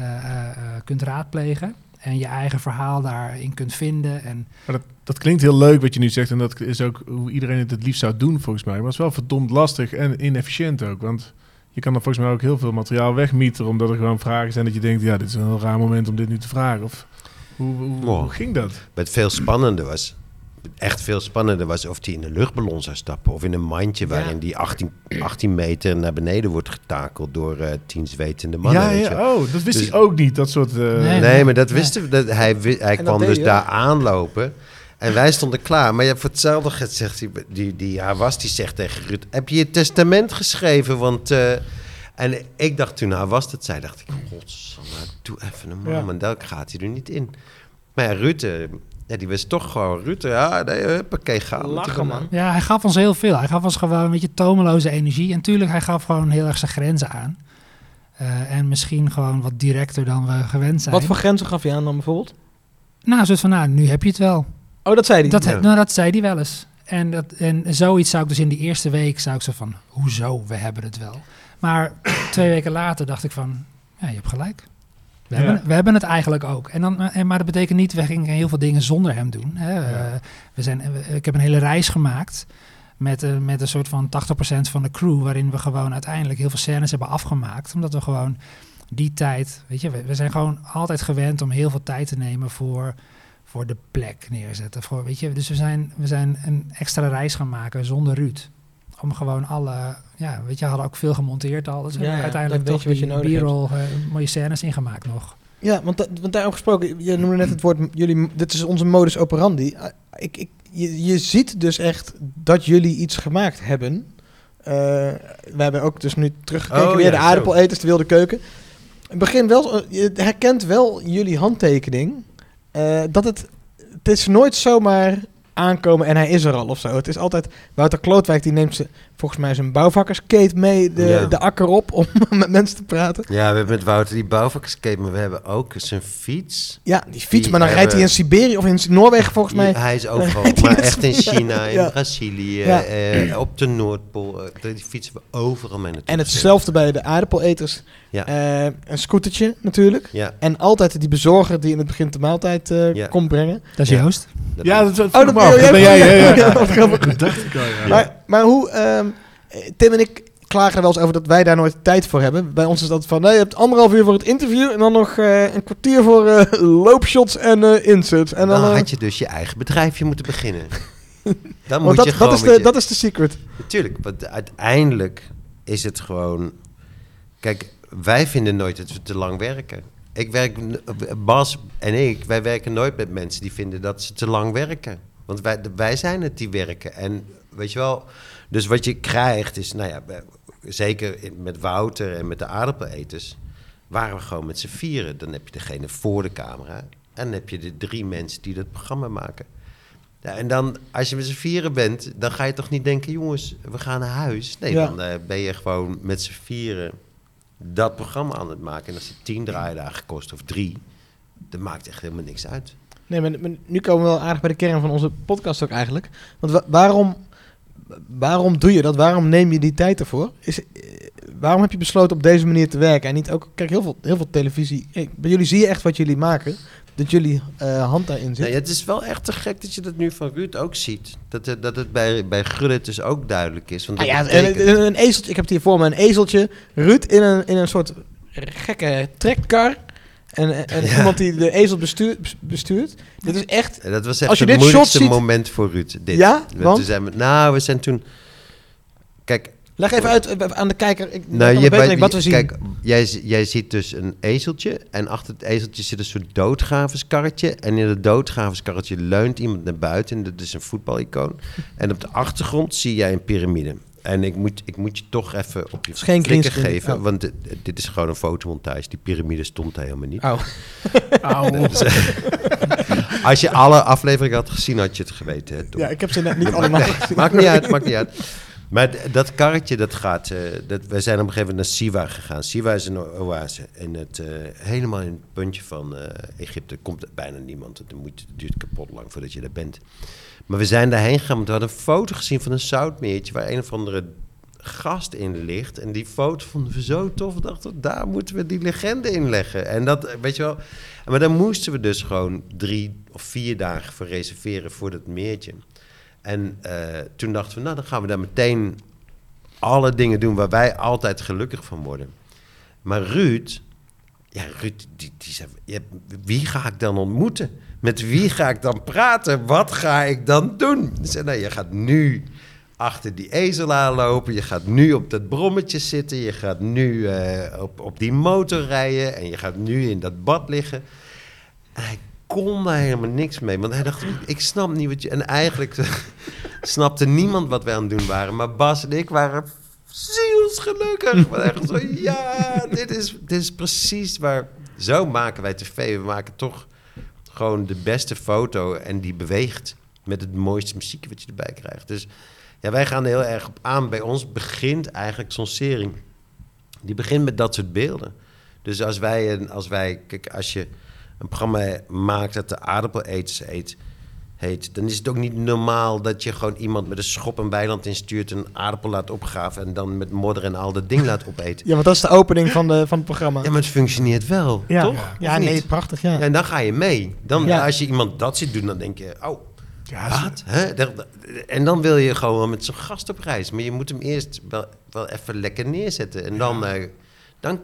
kunt raadplegen... En je eigen verhaal daarin kunt vinden. En maar dat klinkt heel leuk wat je nu zegt. En dat is ook hoe iedereen het liefst zou doen volgens mij. Maar het is wel verdomd lastig en inefficiënt ook. Want je kan er volgens mij ook heel veel materiaal wegmieteren. Omdat er gewoon vragen zijn dat je denkt... Ja, dit is een heel raar moment om dit nu te vragen. Of hoe ging dat? Het veel spannender was... Echt veel spannender was of hij in een luchtballon zou stappen. Of in een mandje waarin die 18 meter naar beneden wordt getakeld door 10 zwetende mannen. Ja, dat wist hij ook niet. Dat soort... Nee, maar dat wisten we. Hij kwam dus daar aanlopen. En wij stonden klaar. Maar voor hetzelfde zegt hij... Die Hawass die zegt tegen Ruud... Heb je testament geschreven? Want... en ik dacht toen Hawass dat zei... Dacht ik, godsamme, doe even normaal. Maar daar gaat hij er niet in. Maar ja, Ruud... Ja, die was toch gewoon Ruud. Ja, nee, huppakee, gaan. Lachen, man. Ja, hij gaf ons heel veel. Hij gaf ons gewoon een beetje tomeloze energie. En tuurlijk, hij gaf gewoon heel erg zijn grenzen aan. En misschien gewoon wat directer dan we gewend zijn. Wat voor grenzen gaf hij aan dan bijvoorbeeld? Nou, een soort van, nu heb je het wel. Oh, dat zei hij? Dat zei hij wel eens. En zoiets zou ik dus in die eerste week... zou ik zo van, hoezo, we hebben het wel. Maar 2 weken later dacht ik van, ja, je hebt gelijk. We hebben het eigenlijk ook. Maar dat betekent niet, we gingen heel veel dingen zonder hem doen. Ik heb een hele reis gemaakt met een soort van 80% van de crew... waarin we gewoon uiteindelijk heel veel scènes hebben afgemaakt. Omdat we gewoon die tijd... Weet je, we zijn gewoon altijd gewend om heel veel tijd te nemen voor de plek neerzetten. Weet je, dus we zijn een extra reis gaan maken zonder Ruud. Om gewoon alle... Ja, weet je, hadden ook veel gemonteerd al. Dus uiteindelijk toch die B-roll mooie scènes ingemaakt nog. Ja, want daarom gesproken, je noemde net het woord... dit is onze modus operandi. Je ziet dus echt dat jullie iets gemaakt hebben. We hebben ook dus nu teruggekeken weer de aardappeleters, de wilde keuken. Het begin wel, je herkent wel jullie handtekening. Dat het is nooit zomaar... aankomen en hij is er al of zo. Het is altijd... Wouter Klootwijk die neemt volgens mij zijn bouwvakkerskate mee de akker op om met mensen te praten. Ja, we hebben met Wouter die bouwvakkerskate, maar we hebben ook zijn fiets. Ja, die fiets, maar dan rijdt hij in Siberië of in Noorwegen volgens mij. Hij is overal, maar echt in China, in Brazilië, op de Noordpool. Die fietsen we overal mee naartoe. En hetzelfde bij de aardappeleters. Ja. Een scootertje natuurlijk. Ja. En altijd die bezorger die in het begin de maaltijd komt brengen. Dat is Joost. Dat ben jij. Dat dacht ik al, ja. Maar hoe... Tim en ik klagen er wel eens over dat wij daar nooit tijd voor hebben. Bij ons is dat van... Nee, je hebt 1,5 uur voor het interview... en dan nog een kwartier voor loopshots en inserts. En dan had je dus je eigen bedrijfje moeten beginnen. Dan moet je gewoon... Dat is de secret. Natuurlijk, want uiteindelijk is het gewoon... Kijk, wij vinden nooit dat we te lang werken. Bas en wij werken nooit met mensen die vinden dat ze te lang werken. Want wij zijn het die werken. En weet je wel, dus wat je krijgt is, nou ja, zeker met Wouter en met de aardappeleters, waren we gewoon met z'n vieren. Dan heb je degene voor de camera en dan heb je de 3 mensen die dat programma maken. Ja, en dan, als je met z'n vieren bent, dan ga je toch niet denken, jongens, we gaan naar huis. Nee, dan ben je gewoon met z'n vieren dat programma aan het maken. En als het 10 draaidagen kost of 3, dan maakt echt helemaal niks uit. Nee, maar nu komen we wel aardig bij de kern van onze podcast ook eigenlijk. Want waarom doe je dat? Waarom neem je die tijd ervoor? Waarom heb je besloten op deze manier te werken? En niet ook, kijk, heel veel televisie. Bij jullie zie je echt wat jullie maken. Dat jullie hand daarin zit. Nee, het is wel echt te gek dat je dat nu van Ruud ook ziet. Dat het bij Gullit dus ook duidelijk is. Want een ezeltje, ik heb het hier voor me, een ezeltje. Ruud in een soort gekke trekkar. En iemand die de ezel bestuurt. Dit is echt... Dat was echt het moeilijkste moment voor Ruud. Dit. Ja? Want? We zijn toen... Kijk... Leg even uit aan de kijker. Wat we zien. Kijk, jij ziet dus een ezeltje. En achter het ezeltje zit een soort doodgravenskarretje. En in het doodgravenskarretje leunt iemand naar buiten. En dat is een voetbalicoon. En op de achtergrond zie jij een piramide. En ik moet je toch even op je flikker geven. Oh. Want dit is gewoon een fotomontage. Die piramide stond daar helemaal niet. Dus, als je alle afleveringen had gezien, had je het geweten. Hè, ja, ik heb ze net niet allemaal gezien. Maakt niet uit. Maar dat karretje, dat gaat... we zijn op een gegeven moment naar Siwa gegaan. Siwa is een oase. En helemaal in het puntje van Egypte komt bijna niemand. Het duurt kapot lang voordat je daar bent. Maar we zijn daarheen gegaan, want we hadden een foto gezien van een zoutmeertje... waar een of andere gast in ligt. En die foto vonden we zo tof. We dachten, daar moeten we die legende in leggen. En dat, weet je wel... Maar daar moesten we dus gewoon 3 of 4 dagen voor reserveren voor dat meertje. En toen dachten we, dan gaan we daar meteen alle dingen doen waar wij altijd gelukkig van worden. Maar Ruud, die zei, wie ga ik dan ontmoeten? Met wie ga ik dan praten? Wat ga ik dan doen? Hij zei, je gaat nu achter die ezel aanlopen. Je gaat nu op dat brommetje zitten. Je gaat nu op die motor rijden. En je gaat nu in dat bad liggen. En hij kon daar helemaal niks mee. Want hij dacht, ik snap niet wat je... En eigenlijk snapte niemand wat wij aan het doen waren. Maar Bas en ik waren zielsgelukkig. Maar echt zo, dit is precies waar... Zo maken wij tv. We maken toch gewoon de beste foto. En die beweegt met het mooiste muziek wat je erbij krijgt. Dus ja, wij gaan er heel erg op aan. Bij ons begint eigenlijk zo'n serie. Die begint met dat soort beelden. Dus als je een programma maakt dat de aardappeleters heet, dan is het ook niet normaal dat je gewoon iemand met een schop een weiland instuurt, een aardappel laat opgraven en dan met modder en al dat ding laat opeten. Ja, want dat is de opening van het programma. Ja, maar het functioneert wel, toch? Ja, nee, prachtig, ja. En dan ga je mee. Als je iemand dat ziet doen, dan denk je, wat? En dan wil je gewoon met zo'n gast op reis. Maar je moet hem eerst wel even lekker neerzetten. En dan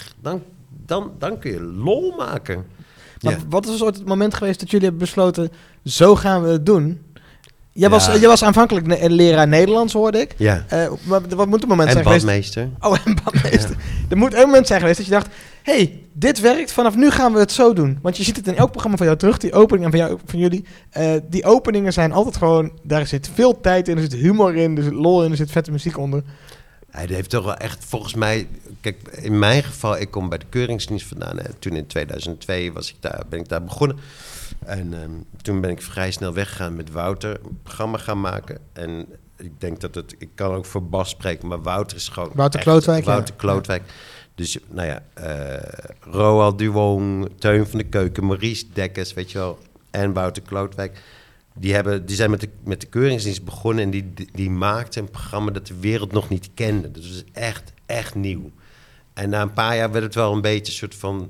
kun je lol maken. Maar wat is het moment geweest dat jullie hebben besloten, zo gaan we het doen? Jij was aanvankelijk een leraar Nederlands, hoorde ik. Ja. Wat moet het moment zijn badmeester. geweest? En badmeester. Ja. Er moet een moment zijn geweest dat je dacht, dit werkt, vanaf nu gaan we het zo doen. Want je ziet het in elk programma van jou terug, die opening en van jullie. Die openingen zijn altijd gewoon, daar zit veel tijd in, er zit humor in, er zit lol in, er zit vette muziek onder. Hij heeft toch wel echt, volgens mij... Kijk, in mijn geval, ik kom bij de keuringsdienst vandaan. Toen in 2002 ben ik daar begonnen. En toen ben ik vrij snel weggegaan met Wouter. Een programma gaan maken. En ik denk ik kan ook voor Bas spreken, maar Wouter is gewoon... Wouter Klootwijk. Wouter Klootwijk. Dus, Roald Duwong, Teun van de Keuken, Maurice Dekkers, weet je wel. En Wouter Klootwijk. Die zijn met de keuringsdienst begonnen en die maakten een programma dat de wereld nog niet kende. Dat was echt nieuw. En na een paar jaar werd het wel een beetje een soort van...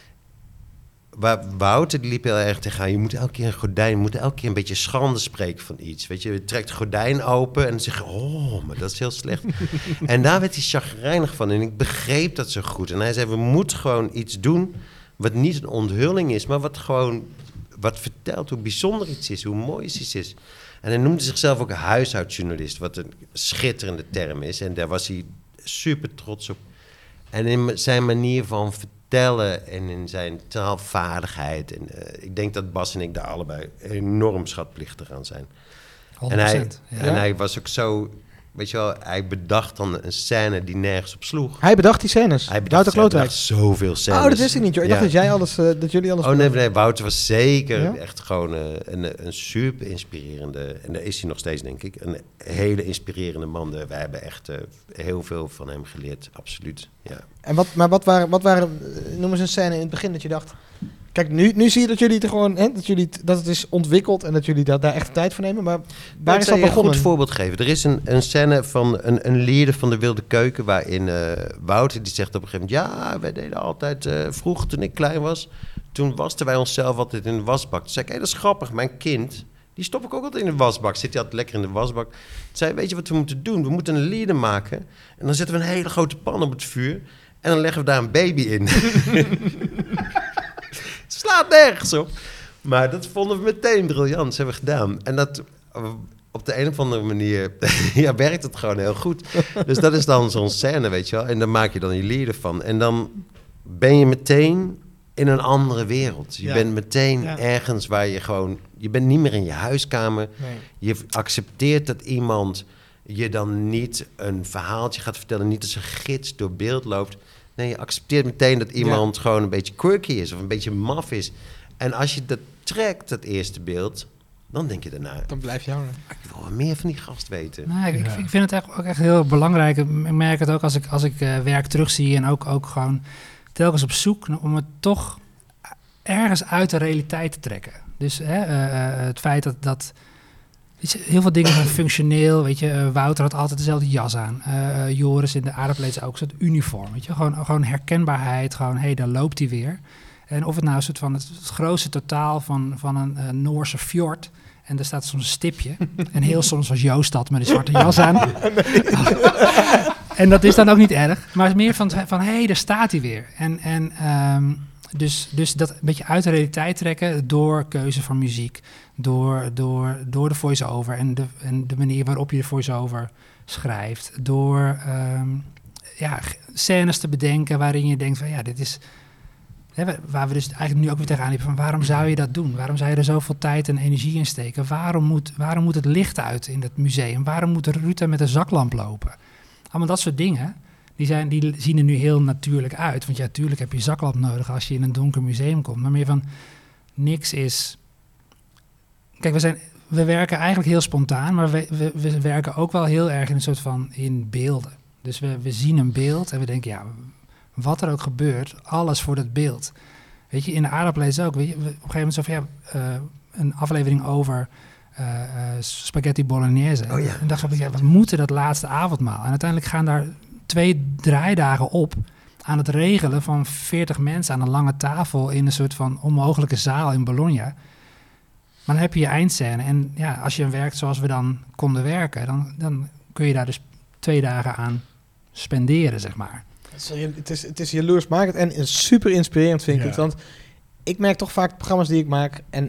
Wouter liep heel erg tegenaan. Je moet elke keer een beetje schande spreken van iets. Weet je trekt het gordijn open en dan zeg je, maar dat is heel slecht. En daar werd hij chagrijnig van en ik begreep dat zo goed. En hij zei, we moeten gewoon iets doen wat niet een onthulling is, maar wat vertelt hoe bijzonder iets is, hoe mooi iets is. En hij noemde zichzelf ook huishoudjournalist, wat een schitterende term is. En daar was hij super trots op. En in zijn manier van vertellen en in zijn taalvaardigheid. En ik denk dat Bas en ik daar allebei enorm schatplichtig aan zijn. 100%. En hij was ook zo... Weet je wel, hij bedacht dan een scène die nergens op sloeg. Hij bedacht die scènes? Wouter Klootwijk? zoveel scènes. Oh, dat wist ik niet, joh. Ik dacht dat jullie alles... Nee, Wouter was zeker echt gewoon een super inspirerende... En daar is hij nog steeds, denk ik. Een hele inspirerende man. Wij hebben echt heel veel van hem geleerd, absoluut. Ja. En wat waren... Noem eens een scène in het begin dat je dacht... Kijk, nu zie je dat jullie het er gewoon, dat het is ontwikkeld en dat jullie daar echt tijd voor nemen. Maar waar is dat begonnen? Een goed voorbeeld geven. Er is een scène van een lieder van de Wilde Keuken, waarin Wouter die zegt op een gegeven moment: ja, wij deden altijd vroeger toen ik klein was, toen wasten wij onszelf altijd in de wasbak. Toen zei ik: dat is grappig, mijn kind, die stop ik ook altijd in de wasbak. Zit hij altijd lekker in de wasbak. Toen zei: weet je wat we moeten doen? We moeten een lieder maken en dan zetten we een hele grote pan op het vuur en dan leggen we daar een baby in. Slaat nergens op. Maar dat vonden we meteen briljant. Dat hebben we gedaan. En dat op de een of andere manier werkt het gewoon heel goed. Dus dat is dan zo'n scène, weet je wel. En dan maak je dan je lieder van. En dan ben je meteen in een andere wereld. Je bent meteen ergens waar je gewoon... Je bent niet meer in je huiskamer. Nee. Je accepteert dat iemand je dan niet een verhaaltje gaat vertellen. Niet als een gids door beeld loopt. Nee, je accepteert meteen dat iemand gewoon een beetje quirky is of een beetje maf is. En als je dat trekt, dat eerste beeld, dan denk je daarna... Dan blijf je hangen. Ik wil wel meer van die gast weten. Nou, ik vind het ook echt heel belangrijk. Ik merk het ook als ik werk terugzie en ook gewoon telkens op zoek om het toch ergens uit de realiteit te trekken. Dus het feit dat heel veel dingen zijn functioneel, weet je. Wouter had altijd dezelfde jas aan. Joris in de aardappelen ook een soort uniform, weet je. Gewoon herkenbaarheid, gewoon, daar loopt hij weer. En of het nou een soort van het grootste totaal van een Noorse fjord en er staat soms een stipje. En heel soms was Joost dat met een zwarte jas aan. En dat is dan ook niet erg. Maar het is meer van daar staat hij weer. Dus dat een beetje uit de realiteit trekken door keuze van muziek, door de voice-over en de manier waarop je de voice-over schrijft, door scènes te bedenken waarin je denkt van dit is... waar we dus eigenlijk nu ook weer tegenaan liepen van waarom zou je dat doen? Waarom zou je er zoveel tijd en energie in steken? Waarom moet het licht uit in het museum? Waarom moet Ruta met een zaklamp lopen? Allemaal dat soort dingen, die zien er nu heel natuurlijk uit. Want natuurlijk heb je zaklamp nodig als je in een donker museum komt. Maar meer van, niks is... Kijk, we werken eigenlijk heel spontaan, maar we werken ook wel heel erg in een soort van in beelden. Dus we zien een beeld en we denken, wat er ook gebeurt, alles voor dat beeld. Weet je, in de aardappelen ook. Weet je, op een gegeven moment zo van, een aflevering over spaghetti bolognese. Oh ja. En dacht ik, we moeten dat laatste avondmaal. En uiteindelijk gaan daar 2 draaidagen op aan het regelen van 40 mensen aan een lange tafel in een soort van onmogelijke zaal in Bologna. Maar dan heb je je eindscène. En als je werkt zoals we dan konden werken, dan kun je daar dus 2 dagen aan spenderen, zeg maar. Het is jaloersmakend en super inspirerend, vind ik het. Want ik merk toch vaak programma's die ik maak. En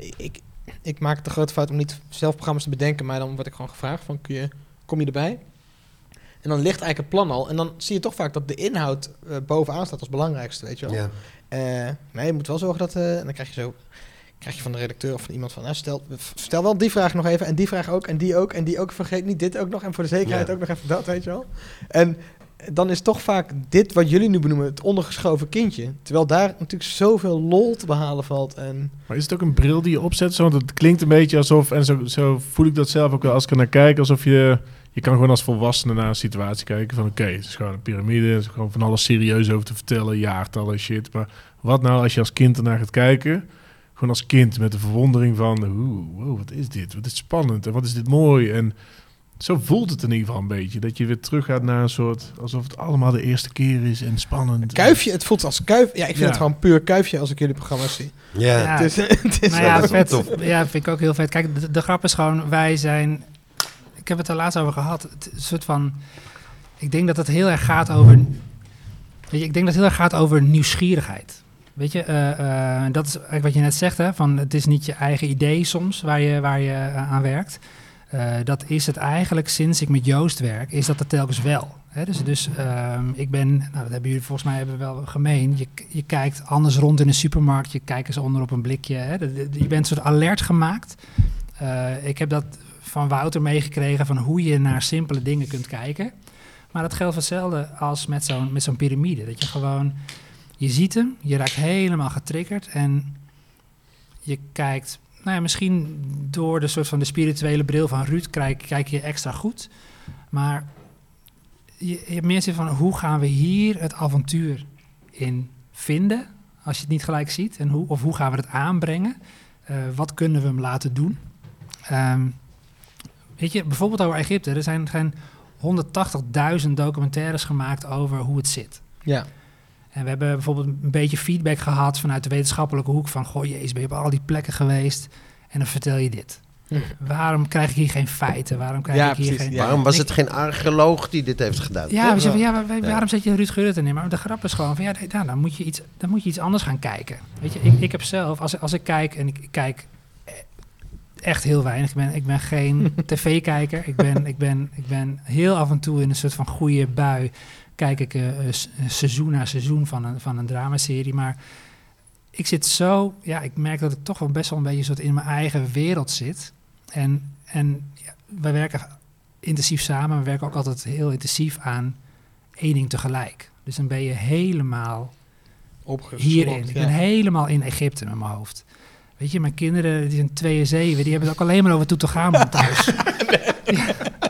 ik maak de grote fout om niet zelf programma's te bedenken. Maar dan word ik gewoon gevraagd van, kom je erbij? En dan ligt eigenlijk het plan al. En dan zie je toch vaak dat de inhoud bovenaan staat als belangrijkste, weet je wel. Ja. Nee, je moet wel zorgen dat... en dan krijg je van de redacteur of van iemand van... stel wel die vraag nog even en die vraag ook en die ook en die ook. Vergeet niet dit ook nog en voor de zekerheid ook nog even dat, weet je wel. En dan is toch vaak dit wat jullie nu benoemen het ondergeschoven kindje. Terwijl daar natuurlijk zoveel lol te behalen valt. Maar is het ook een bril die je opzet? Want het klinkt een beetje alsof... En zo voel ik dat zelf ook wel als ik er naar kijk. Alsof je kan gewoon als volwassene naar een situatie kijken. Van oké, het is gewoon een piramide. Het is gewoon van alles serieus over te vertellen. Jaartallen, shit. Maar wat nou als je als kind ernaar gaat kijken... Gewoon als kind met de verwondering van... wow, wat is dit? Wat is spannend en wat is dit mooi? En zo voelt het in ieder geval een beetje. Dat je weer terug gaat naar een soort... alsof het allemaal de eerste keer is en spannend. Kuifje, het voelt als kuif. Ja, ik vind het gewoon puur kuifje als ik jullie programma's zie. Ja. Het is vet. Ja, vind ik ook heel vet. Kijk, de grap is gewoon... Wij zijn... Ik heb het er laatst over gehad. Het een soort van... Ik denk dat het heel erg gaat over... Weet je, ik denk dat het heel erg gaat over nieuwsgierigheid. Weet je, dat is eigenlijk wat je net zegt, hè, van het is niet je eigen idee soms waar je aan werkt. Dat is het eigenlijk sinds ik met Joost werk, is dat het telkens wel. Hè? Dus ik ben, dat hebben jullie volgens mij wel gemeen, je kijkt anders rond in een supermarkt, je kijkt eens onder op een blikje. Hè? Je bent soort alert gemaakt. Ik heb dat van Wouter meegekregen van hoe je naar simpele dingen kunt kijken. Maar dat geldt hetzelfde als met zo'n piramide, dat je gewoon... Je ziet hem, je raakt helemaal getriggerd en je kijkt, misschien door de soort van de spirituele bril van Ruud kijk je extra goed. Maar je hebt meer zin van, hoe gaan we hier het avontuur in vinden als je het niet gelijk ziet? En hoe gaan we het aanbrengen? Wat kunnen we hem laten doen? Weet je, bijvoorbeeld over Egypte. Er zijn 180.000 documentaires gemaakt over hoe het zit. Ja. En we hebben bijvoorbeeld een beetje feedback gehad vanuit de wetenschappelijke hoek van... Goh, jezus, ben je op al die plekken geweest en dan vertel je dit. Waarom krijg ik hier geen feiten? Waarom krijg ik hier geen... Waarom was het geen archeoloog die dit heeft gedaan? Ja, we zeggen waarom zet je Ruud Gullit erin? Maar de grap is gewoon van, dan moet je iets anders gaan kijken. Weet je, ik heb zelf, als ik kijk, en ik kijk echt heel weinig. Ik ben geen tv-kijker. Ik ben heel af en toe in een soort van goede bui. Kijk ik seizoen na seizoen van een dramaserie. Maar ik zit zo... Ja, ik merk dat ik toch wel best wel een beetje soort in mijn eigen wereld zit. En wij werken intensief samen. We werken ook altijd heel intensief aan één ding tegelijk. Dus dan ben je helemaal hierin. Ik ben helemaal in Egypte met mijn hoofd. Weet je, mijn kinderen, die zijn 2 en 7, die hebben het ook alleen maar over Tutankhamon thuis. Ja.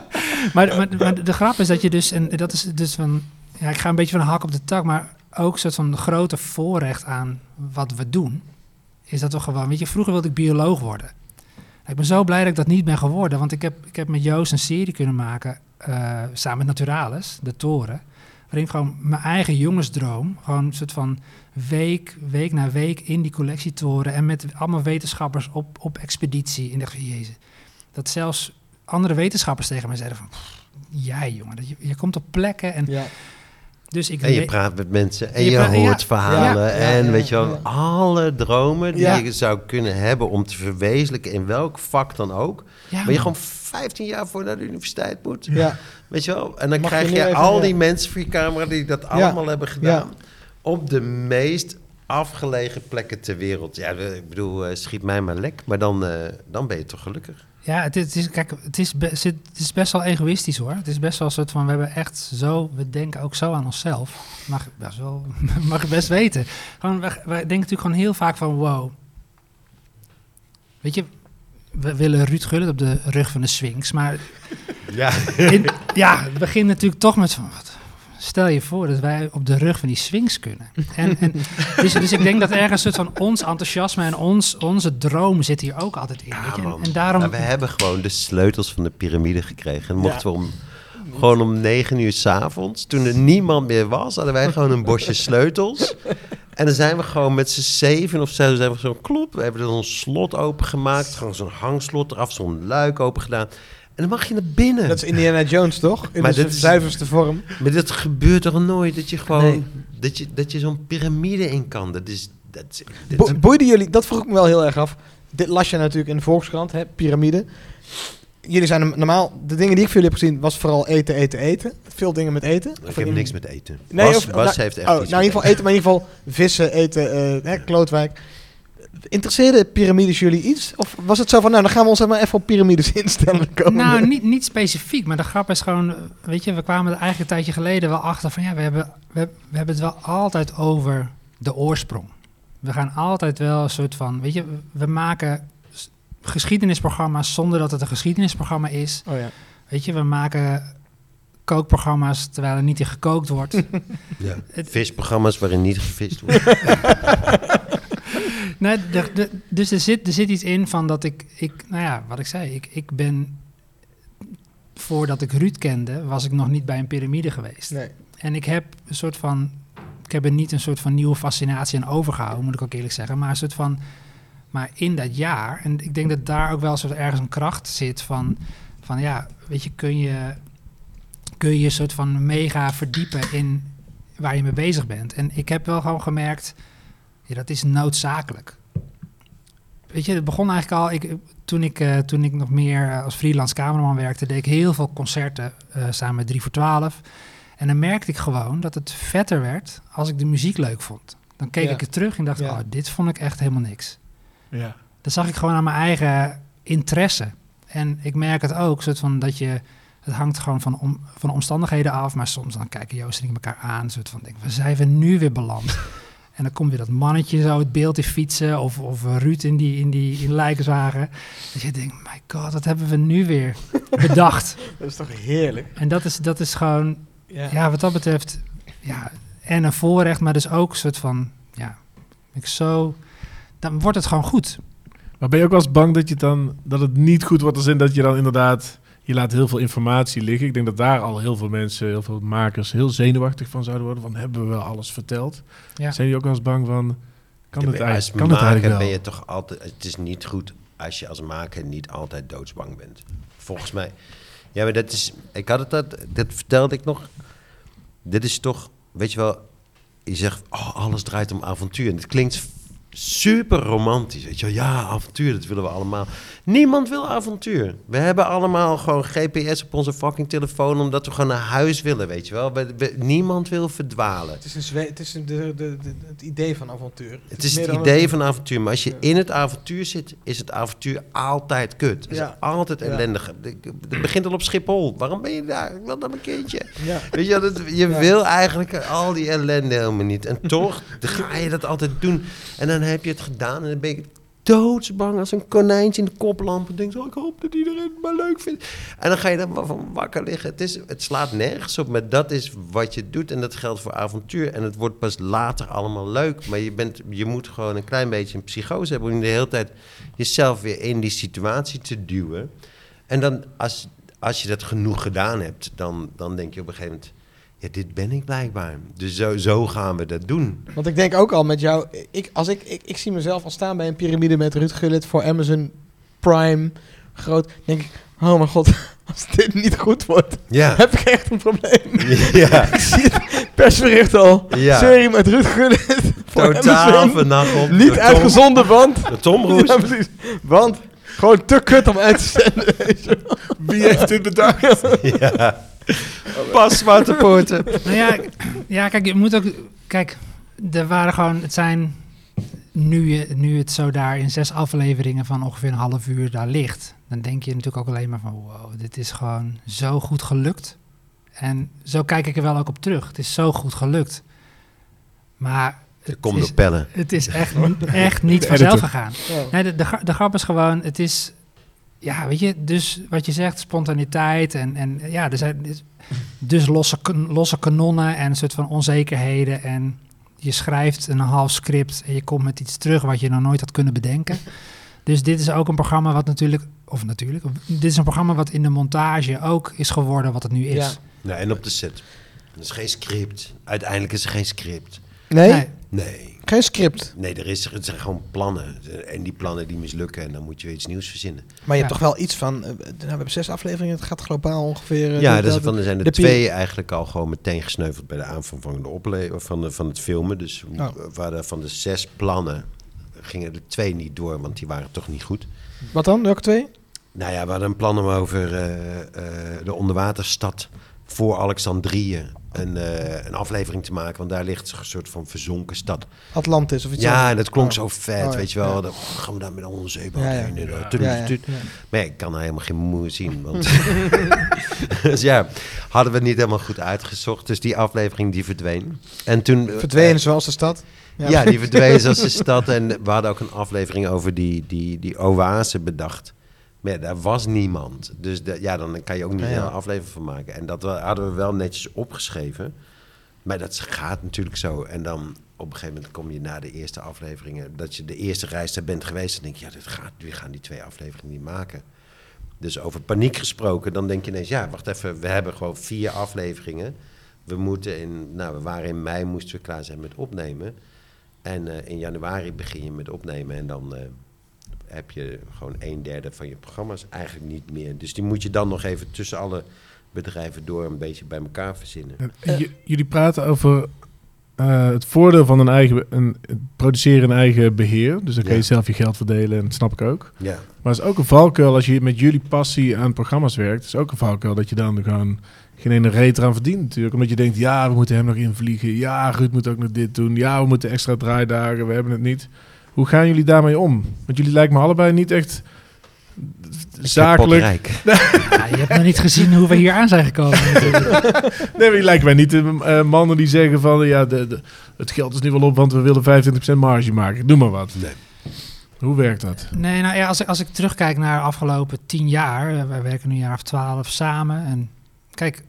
Maar de grap is dat je dus, en dat is dus van, ja, ik ga een beetje van de hak op de tak, maar ook een soort van grote voorrecht aan wat we doen, is dat we gewoon, weet je, vroeger wilde ik bioloog worden. Ik ben zo blij dat ik dat niet ben geworden, want ik heb met Joost een serie kunnen maken, samen met Naturalis, De Toren, waarin ik gewoon mijn eigen jongensdroom, gewoon een soort van week na week in die collectietoren en met allemaal wetenschappers op expeditie. En ik dacht van, jezus, dat zelfs andere wetenschappers tegen mij zeiden van, jij jongen, je komt op plekken en... Ja. Dus en je praat met mensen en je hoort verhalen en weet je wel, alle dromen die je zou kunnen hebben om te verwezenlijken in welk vak dan ook. Ja, maar je gewoon 15 jaar voor naar de universiteit moet. Ja. Weet je wel? En dan krijg je al die mensen voor je camera die dat allemaal hebben gedaan op de meest afgelegen plekken ter wereld. Ja, ik bedoel, schiet mij maar lek, maar dan ben je toch gelukkig. Ja, het is best wel egoïstisch hoor. Het is best wel een soort van, we denken ook zo aan onszelf. Mag je best weten. Gewoon, wij denken natuurlijk gewoon heel vaak van, wow. Weet je, we willen Ruud Gullit op de rug van de Sphinx, maar... Het begint natuurlijk toch met van, stel je voor dat wij op de rug van die Sphinx kunnen. Dus ik denk dat ergens een soort van ons enthousiasme en onze droom zit hier ook altijd in. Ja, weet je? En daarom... Maar we hebben gewoon de sleutels van de piramide gekregen. En mochten we gewoon om 9 uur 's avonds, toen er niemand meer was, hadden wij gewoon een bosje sleutels. En dan zijn we gewoon met z'n 7 of 6, zijn we zo'n klop. We hebben er een slot opengemaakt, gewoon zo'n hangslot eraf, zo'n luik open gedaan. En dan mag je naar binnen. Dat is Indiana Jones, toch? In de zuiverste vorm. Maar dat gebeurt toch nooit? Dat je gewoon... Nee. Dat je zo'n piramide in kan. Boeide jullie... Dat vroeg ik me wel heel erg af. Dit las je natuurlijk in de Volkskrant, hè? Piramide. Jullie zijn normaal... De dingen die ik voor jullie heb gezien, was vooral eten. Veel dingen met eten. Ik heb niks met eten. Nee, Bas heeft echt iets in ieder geval eten, maar in ieder geval vissen, eten, Klootwijk. Interesseerde piramides jullie iets? Of was het zo van, nou, dan gaan we ons maar even op piramides instellen? Nou, niet specifiek, maar de grap is gewoon, weet je, we kwamen er eigenlijk een tijdje geleden wel achter van, ja, we hebben het wel altijd over de oorsprong. We gaan altijd wel een soort van, weet je, we maken geschiedenisprogramma's zonder dat het een geschiedenisprogramma is. Oh ja. Weet je, we maken kookprogramma's terwijl er niet in gekookt wordt. Ja, visprogramma's waarin niet gevist wordt. Nee, dus er zit iets in van dat ik nou ja, wat ik zei, ik ben, voordat ik Ruud kende, was ik nog niet bij een piramide geweest. Nee. En ik heb er niet een soort van nieuwe fascinatie aan overgehouden, moet ik ook eerlijk zeggen, maar een soort van, maar in dat jaar, en ik denk dat daar ook wel soort ergens een kracht zit van ja, weet je, kun je soort van mega verdiepen in waar je mee bezig bent. En ik heb wel gewoon gemerkt, ja, dat is noodzakelijk. Weet je, het begon eigenlijk al... Toen ik nog meer als freelance cameraman werkte, deed ik heel veel concerten samen met 3 voor 12. En dan merkte ik gewoon dat het vetter werd als ik de muziek leuk vond. Dan keek ik er terug en dacht, dit vond ik echt helemaal niks. Ja. Dat zag ik gewoon aan mijn eigen interesse. En ik merk het ook, soort van dat je... Het hangt gewoon van omstandigheden af, maar soms dan kijken Joost en ik elkaar aan, soort van, waar zijn we nu weer beland? En dan komt weer dat mannetje zo het beeld in fietsen, of Ruud in lijkenswagen. Dat je denkt, my god, wat hebben we nu weer bedacht? Dat is toch heerlijk? En dat is gewoon, ja, wat dat betreft, ja, en een voorrecht, maar dus ook een soort van, ja, Dan wordt het gewoon goed. Maar ben je ook wel eens bang dat het niet goed wordt, als in dat je dan inderdaad, je laat heel veel informatie liggen. Ik denk dat daar al heel veel mensen, heel veel makers heel zenuwachtig van zouden worden, van hebben we wel alles verteld? Ja. Zijn jullie ook wel eens bang van, kan het eigenlijk wel? Ben je toch altijd, het is niet goed als je als maker niet altijd doodsbang bent. Volgens mij. Ja, maar ik had dat vertelde ik nog. Dit is toch, weet je wel, je zegt, alles draait om avontuur. En het klinkt super romantisch, weet je wel. Ja, avontuur, dat willen we allemaal. Niemand wil avontuur. We hebben allemaal gewoon GPS op onze fucking telefoon, omdat we gewoon naar huis willen, weet je wel. Niemand wil verdwalen. Het is het idee van avontuur. Het is het idee van avontuur. Maar als je in het avontuur zit, is het avontuur altijd kut. Het is altijd ellendig. Het begint al op Schiphol. Waarom ben je daar? Ik wil naar mijn kindje. Ja. Weet je, wil eigenlijk al die ellende helemaal niet. En toch ga je dat altijd doen. En dan heb je het gedaan en dan ben je doodsbang als een konijntje in de koplamp. En denk zo, ik hoop dat iedereen het maar leuk vindt. En dan ga je dan van wakker liggen. Het slaat nergens op, maar dat is wat je doet. En dat geldt voor avontuur. En het wordt pas later allemaal leuk. Maar je moet gewoon een klein beetje een psychose hebben om de hele tijd jezelf weer in die situatie te duwen. En dan, als je dat genoeg gedaan hebt, dan denk je op een gegeven moment, ja, dit ben ik blijkbaar. Dus zo gaan we dat doen. Want ik denk ook al met jou, ik zie mezelf al staan bij een piramide met Ruud Gullit voor Amazon Prime groot. Denk ik, oh mijn god, als dit niet goed wordt, heb ik echt een probleem. Ja. Ik zie het persbericht al. Ja. Serie met Ruud Gullit voor totaal vanavond. Niet uitgezonden, want de Tom Roes. Ja, precies. Want gewoon te kut om uit te zenden. Wie heeft dit bedacht? Ja. Pas Zwarte Poorten. Nou ja, kijk, je moet ook... Kijk, er waren gewoon... Het zijn... Nu het zo daar in 6 afleveringen van ongeveer een half uur daar ligt, dan denk je natuurlijk ook alleen maar van, wow, dit is gewoon zo goed gelukt. En zo kijk ik er wel ook op terug. Het is zo goed gelukt. Maar... Het is echt niet vanzelf gegaan. Nee, de grap is gewoon, het is... Ja, weet je, dus wat je zegt, spontaniteit en ja, er zijn dus losse kanonnen en een soort van onzekerheden en je schrijft een half script en je komt met iets terug wat je nog nooit had kunnen bedenken. Dus dit is ook een programma wat dit is een programma wat in de montage ook is geworden wat het nu is. Ja, en op de set. Er is geen script. Uiteindelijk is er geen script. Nee. Geen script? Nee, er zijn gewoon plannen. En die plannen die mislukken en dan moet je weer iets nieuws verzinnen. Maar je hebt toch wel iets van... we hebben 6 afleveringen, het gaat globaal ongeveer... er zijn er 2 eigenlijk al gewoon meteen gesneuveld bij de aanvang van het filmen. Dus van de 6 plannen gingen er 2 niet door, want die waren toch niet goed. Wat dan? Welke 2? Nou ja, we hadden een plan om over de onderwaterstad voor Alexandrië een aflevering te maken, want daar ligt een soort van verzonken stad. Atlantis of iets anders. Ja, dat klonk zo vet, weet je wel. Ja. Dan gaan we daar met onze zeebad heen. Maar ik kan daar helemaal geen moe zien. Want dus ja, hadden we het niet helemaal goed uitgezocht. Dus die aflevering die verdween. En toen verdwenen zoals de stad? Ja, die verdween zoals de stad. En we hadden ook een aflevering over die oase bedacht. Maar ja, daar was niemand. Dus dan kan je ook niet een hele aflevering van maken. En dat hadden we wel netjes opgeschreven. Maar dat gaat natuurlijk zo. En dan op een gegeven moment kom je na de eerste afleveringen... dat je de eerste reis daar bent geweest... dan denk je, we gaan die 2 afleveringen niet maken. Dus over paniek gesproken, dan denk je ineens... ja, wacht even, we hebben gewoon 4 afleveringen. We waren in mei, moesten we klaar zijn met opnemen. En in januari begin je met opnemen en dan... heb je gewoon 1/3 van je programma's eigenlijk niet meer. Dus die moet je dan nog even tussen alle bedrijven door een beetje bij elkaar verzinnen. Jullie praten over het voordeel van produceren een eigen beheer. Dus dan kan je zelf je geld verdelen en dat snap ik ook. Ja. Maar het is ook een valkuil als je met jullie passie aan programma's werkt. Het is ook een valkuil dat je dan gewoon geen ene reet eraan verdient natuurlijk. Omdat je denkt, ja, we moeten hem nog invliegen. Ja, Ruud moet ook nog dit doen. Ja, we moeten extra draaidagen. We hebben het niet. Hoe gaan jullie daarmee om? Want jullie lijken me allebei niet echt zakelijk. Ja, je hebt nog niet gezien hoe we hier aan zijn gekomen. Nee, maar je lijkt mij niet de mannen die zeggen van... het geld is nu wel op, want we willen 25% marge maken. Doe maar wat. Nee. Hoe werkt dat? Nee, nou ja, als ik terugkijk naar de afgelopen 10 jaar... wij werken nu een jaar of 12 samen. En kijk,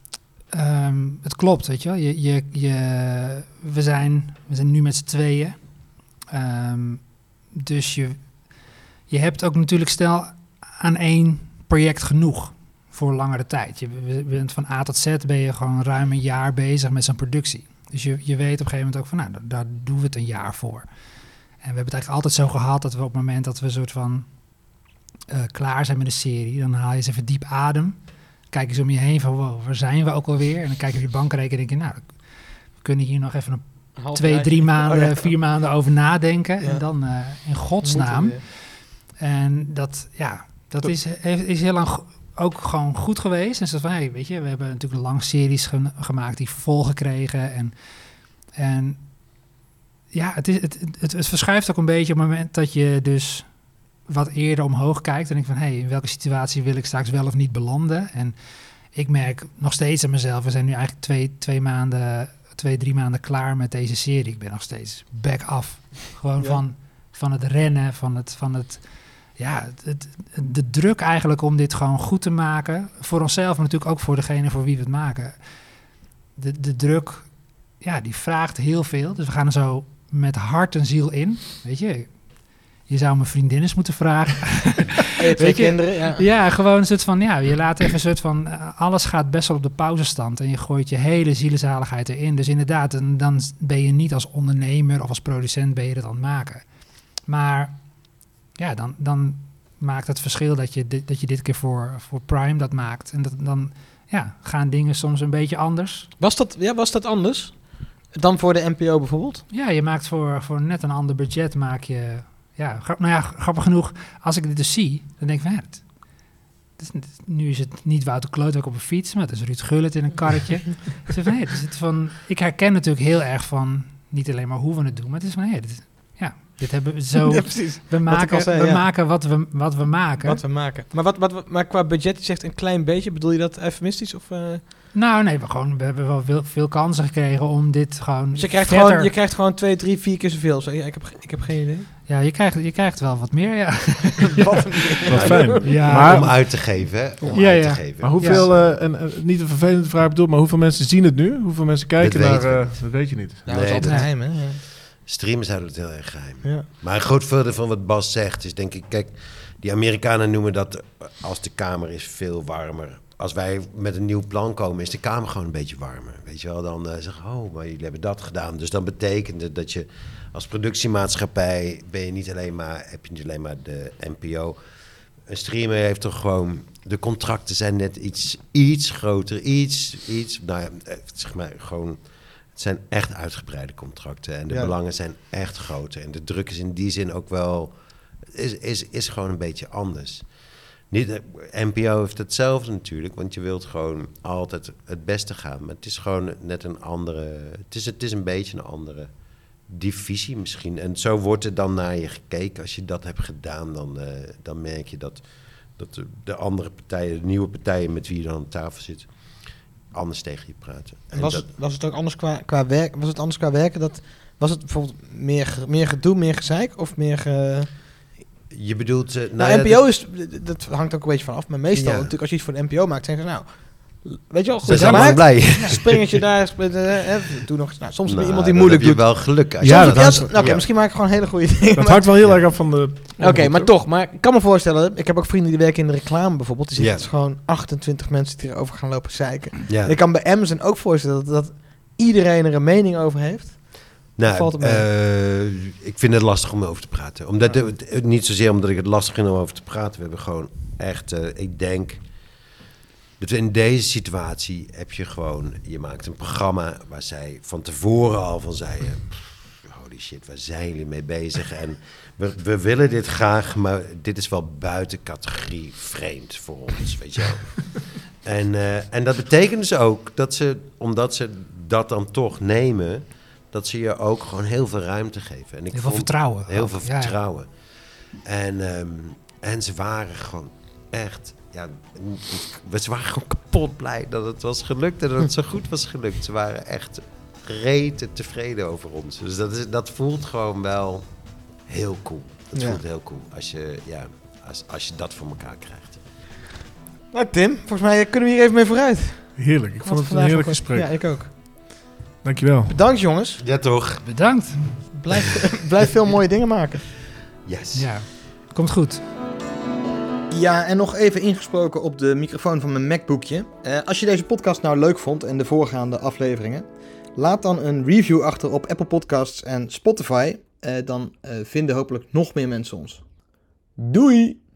het klopt, weet je wel. We zijn nu met z'n tweeën. Dus je hebt ook natuurlijk snel aan één project genoeg voor langere tijd. Je bent van A tot Z ben je gewoon ruim een jaar bezig met zo'n productie. Dus je weet op een gegeven moment ook van, nou, daar doen we het een jaar voor. En we hebben het eigenlijk altijd zo gehad dat we op het moment dat we een soort van klaar zijn met een serie, dan haal je eens even diep adem. Kijk eens om je heen van, wow, waar zijn we ook alweer? En dan kijk je op je bankrekening en denk je, nou, we kunnen hier nog even 2, 3 maanden, 4 maanden over nadenken. Ja. En dan in godsnaam. En dat is heel lang ook gewoon goed geweest. En zo van, hey, weet je, we hebben natuurlijk lang series gemaakt die vervolgen kregen. En ja, het verschuift ook een beetje op het moment dat je dus wat eerder omhoog kijkt. En ik van, hey, in welke situatie wil ik straks wel of niet belanden? En ik merk nog steeds aan mezelf, we zijn nu eigenlijk 2-3 maanden klaar met deze serie. Ik ben nog steeds back af. Gewoon van het rennen, de druk eigenlijk om dit gewoon goed te maken. Voor onszelf, maar natuurlijk ook voor degene voor wie we het maken. De druk, ja, die vraagt heel veel. Dus we gaan er zo met hart en ziel in. Weet je zou mijn vriendin eens moeten vragen. Je 2 kinderen, ja. Ja, gewoon een soort van, ja, je laat even een soort van, alles gaat best wel op de pauzestand en je gooit je hele zielezaligheid erin. Dus inderdaad, dan ben je niet als ondernemer of als producent ben je dat aan het maken. Maar ja, dan maakt het verschil dat je dit keer voor Prime dat maakt. En dan gaan dingen soms een beetje anders. Was dat anders dan voor de NPO bijvoorbeeld? Ja, je maakt voor net een ander budget maak je... Ja, grappig genoeg, als ik dit dus zie, dan denk ik van, nu is het niet Wouter Klootwijk op een fiets, maar het is Ruud Gullit in een karretje. Ik herken natuurlijk heel erg van, niet alleen maar hoe we het doen, maar het is van, dit hebben we zo... Ja, we maken wat we maken. Wat we maken. Maar qua budget, je zegt een klein beetje, bedoel je dat eufemistisch? Of, Nou, nee, we hebben wel veel kansen gekregen om dit gewoon... Dus je krijgt gewoon 2, 3, 4 keer zoveel. Zo, ik heb geen idee. Ja, je krijgt wel wat meer, ja. Wat fijn. Ja. Maar om uit te geven, hè? Uit te geven. Maar hoeveel, niet een vervelende vraag bedoeld, maar hoeveel mensen zien het nu? Hoeveel mensen kijken naar... dat weet je niet. Ja, dat is altijd geheim, hè? Ja. Streamers houden het heel erg geheim. Ja. Maar een groot voordeel van wat Bas zegt is, denk ik... Kijk, die Amerikanen noemen dat als de kamer is veel warmer. Als wij met een nieuw plan komen, is de kamer gewoon een beetje warmer. Weet je wel, dan zeggen maar jullie hebben dat gedaan. Dus dan betekent het dat je als productiemaatschappij heb je niet alleen maar de NPO. Een streamer heeft toch gewoon... De contracten zijn net iets groter, nou ja, zeg maar gewoon... Het zijn echt uitgebreide contracten en de belangen zijn echt groter. En de druk is in die zin ook wel... Is gewoon een beetje anders. NPO heeft hetzelfde natuurlijk, want je wilt gewoon altijd het beste gaan. Maar het is gewoon net een andere... Het is een beetje een andere divisie misschien. En zo wordt er dan naar je gekeken. Als je dat hebt gedaan, dan merk je dat de andere partijen, de nieuwe partijen met wie je dan aan tafel zit... anders tegen je praten. En was het ook anders qua werk? Was het anders qua werken? Was het bijvoorbeeld meer gedoe, meer gezeik of meer... Je bedoelt... NPO is... Dat hangt ook een beetje van af. Maar meestal natuurlijk als je iets voor de NPO maakt, zeggen ze weet je wel, goed, ze zijn allemaal blij. Springetje daar, doe nog eens. Soms ben iemand die moeilijk doet. Heb je wel geluk. Misschien maak ik gewoon hele goede dingen. Dat hangt wel heel erg af van de... Oké, maar toch. Maar ik kan me voorstellen, ik heb ook vrienden die werken in de reclame bijvoorbeeld. Die zitten gewoon 28 mensen die erover gaan lopen zeiken. Ja. En ik kan bij Amazon ook voorstellen dat iedereen er een mening over heeft. Nou, ik vind het lastig om over te praten. Niet zozeer omdat ik het lastig vind om over te praten. We hebben gewoon echt, ik denk... Dat in deze situatie heb je gewoon... Je maakt een programma waar zij van tevoren al van zeiden... Holy shit, waar zijn jullie mee bezig? En we willen dit graag, maar dit is wel buiten categorie vreemd voor ons, weet je wel. En dat betekent dus ook dat omdat ze dat dan toch nemen... dat ze je ook gewoon heel veel ruimte geven. En heel veel vertrouwen. Heel veel vertrouwen. En ze waren gewoon echt... Ja, ze waren gewoon kapot blij dat het was gelukt en dat het zo goed was gelukt. Ze waren echt rete tevreden over ons. Dus dat voelt gewoon wel heel cool. Het voelt heel cool als je dat voor elkaar krijgt. Nou Tim, volgens mij kunnen we hier even mee vooruit. Heerlijk, ik vond het een heerlijk gesprek. Ja, ik ook. Dankjewel. Bedankt jongens. Ja, toch? Bedankt. Blijf veel mooie dingen maken. Yes. Ja, komt goed. Ja, en nog even ingesproken op de microfoon van mijn MacBookje. Als je deze podcast nou leuk vond en de voorgaande afleveringen, laat dan een review achter op Apple Podcasts en Spotify. Dan vinden hopelijk nog meer mensen ons. Doei!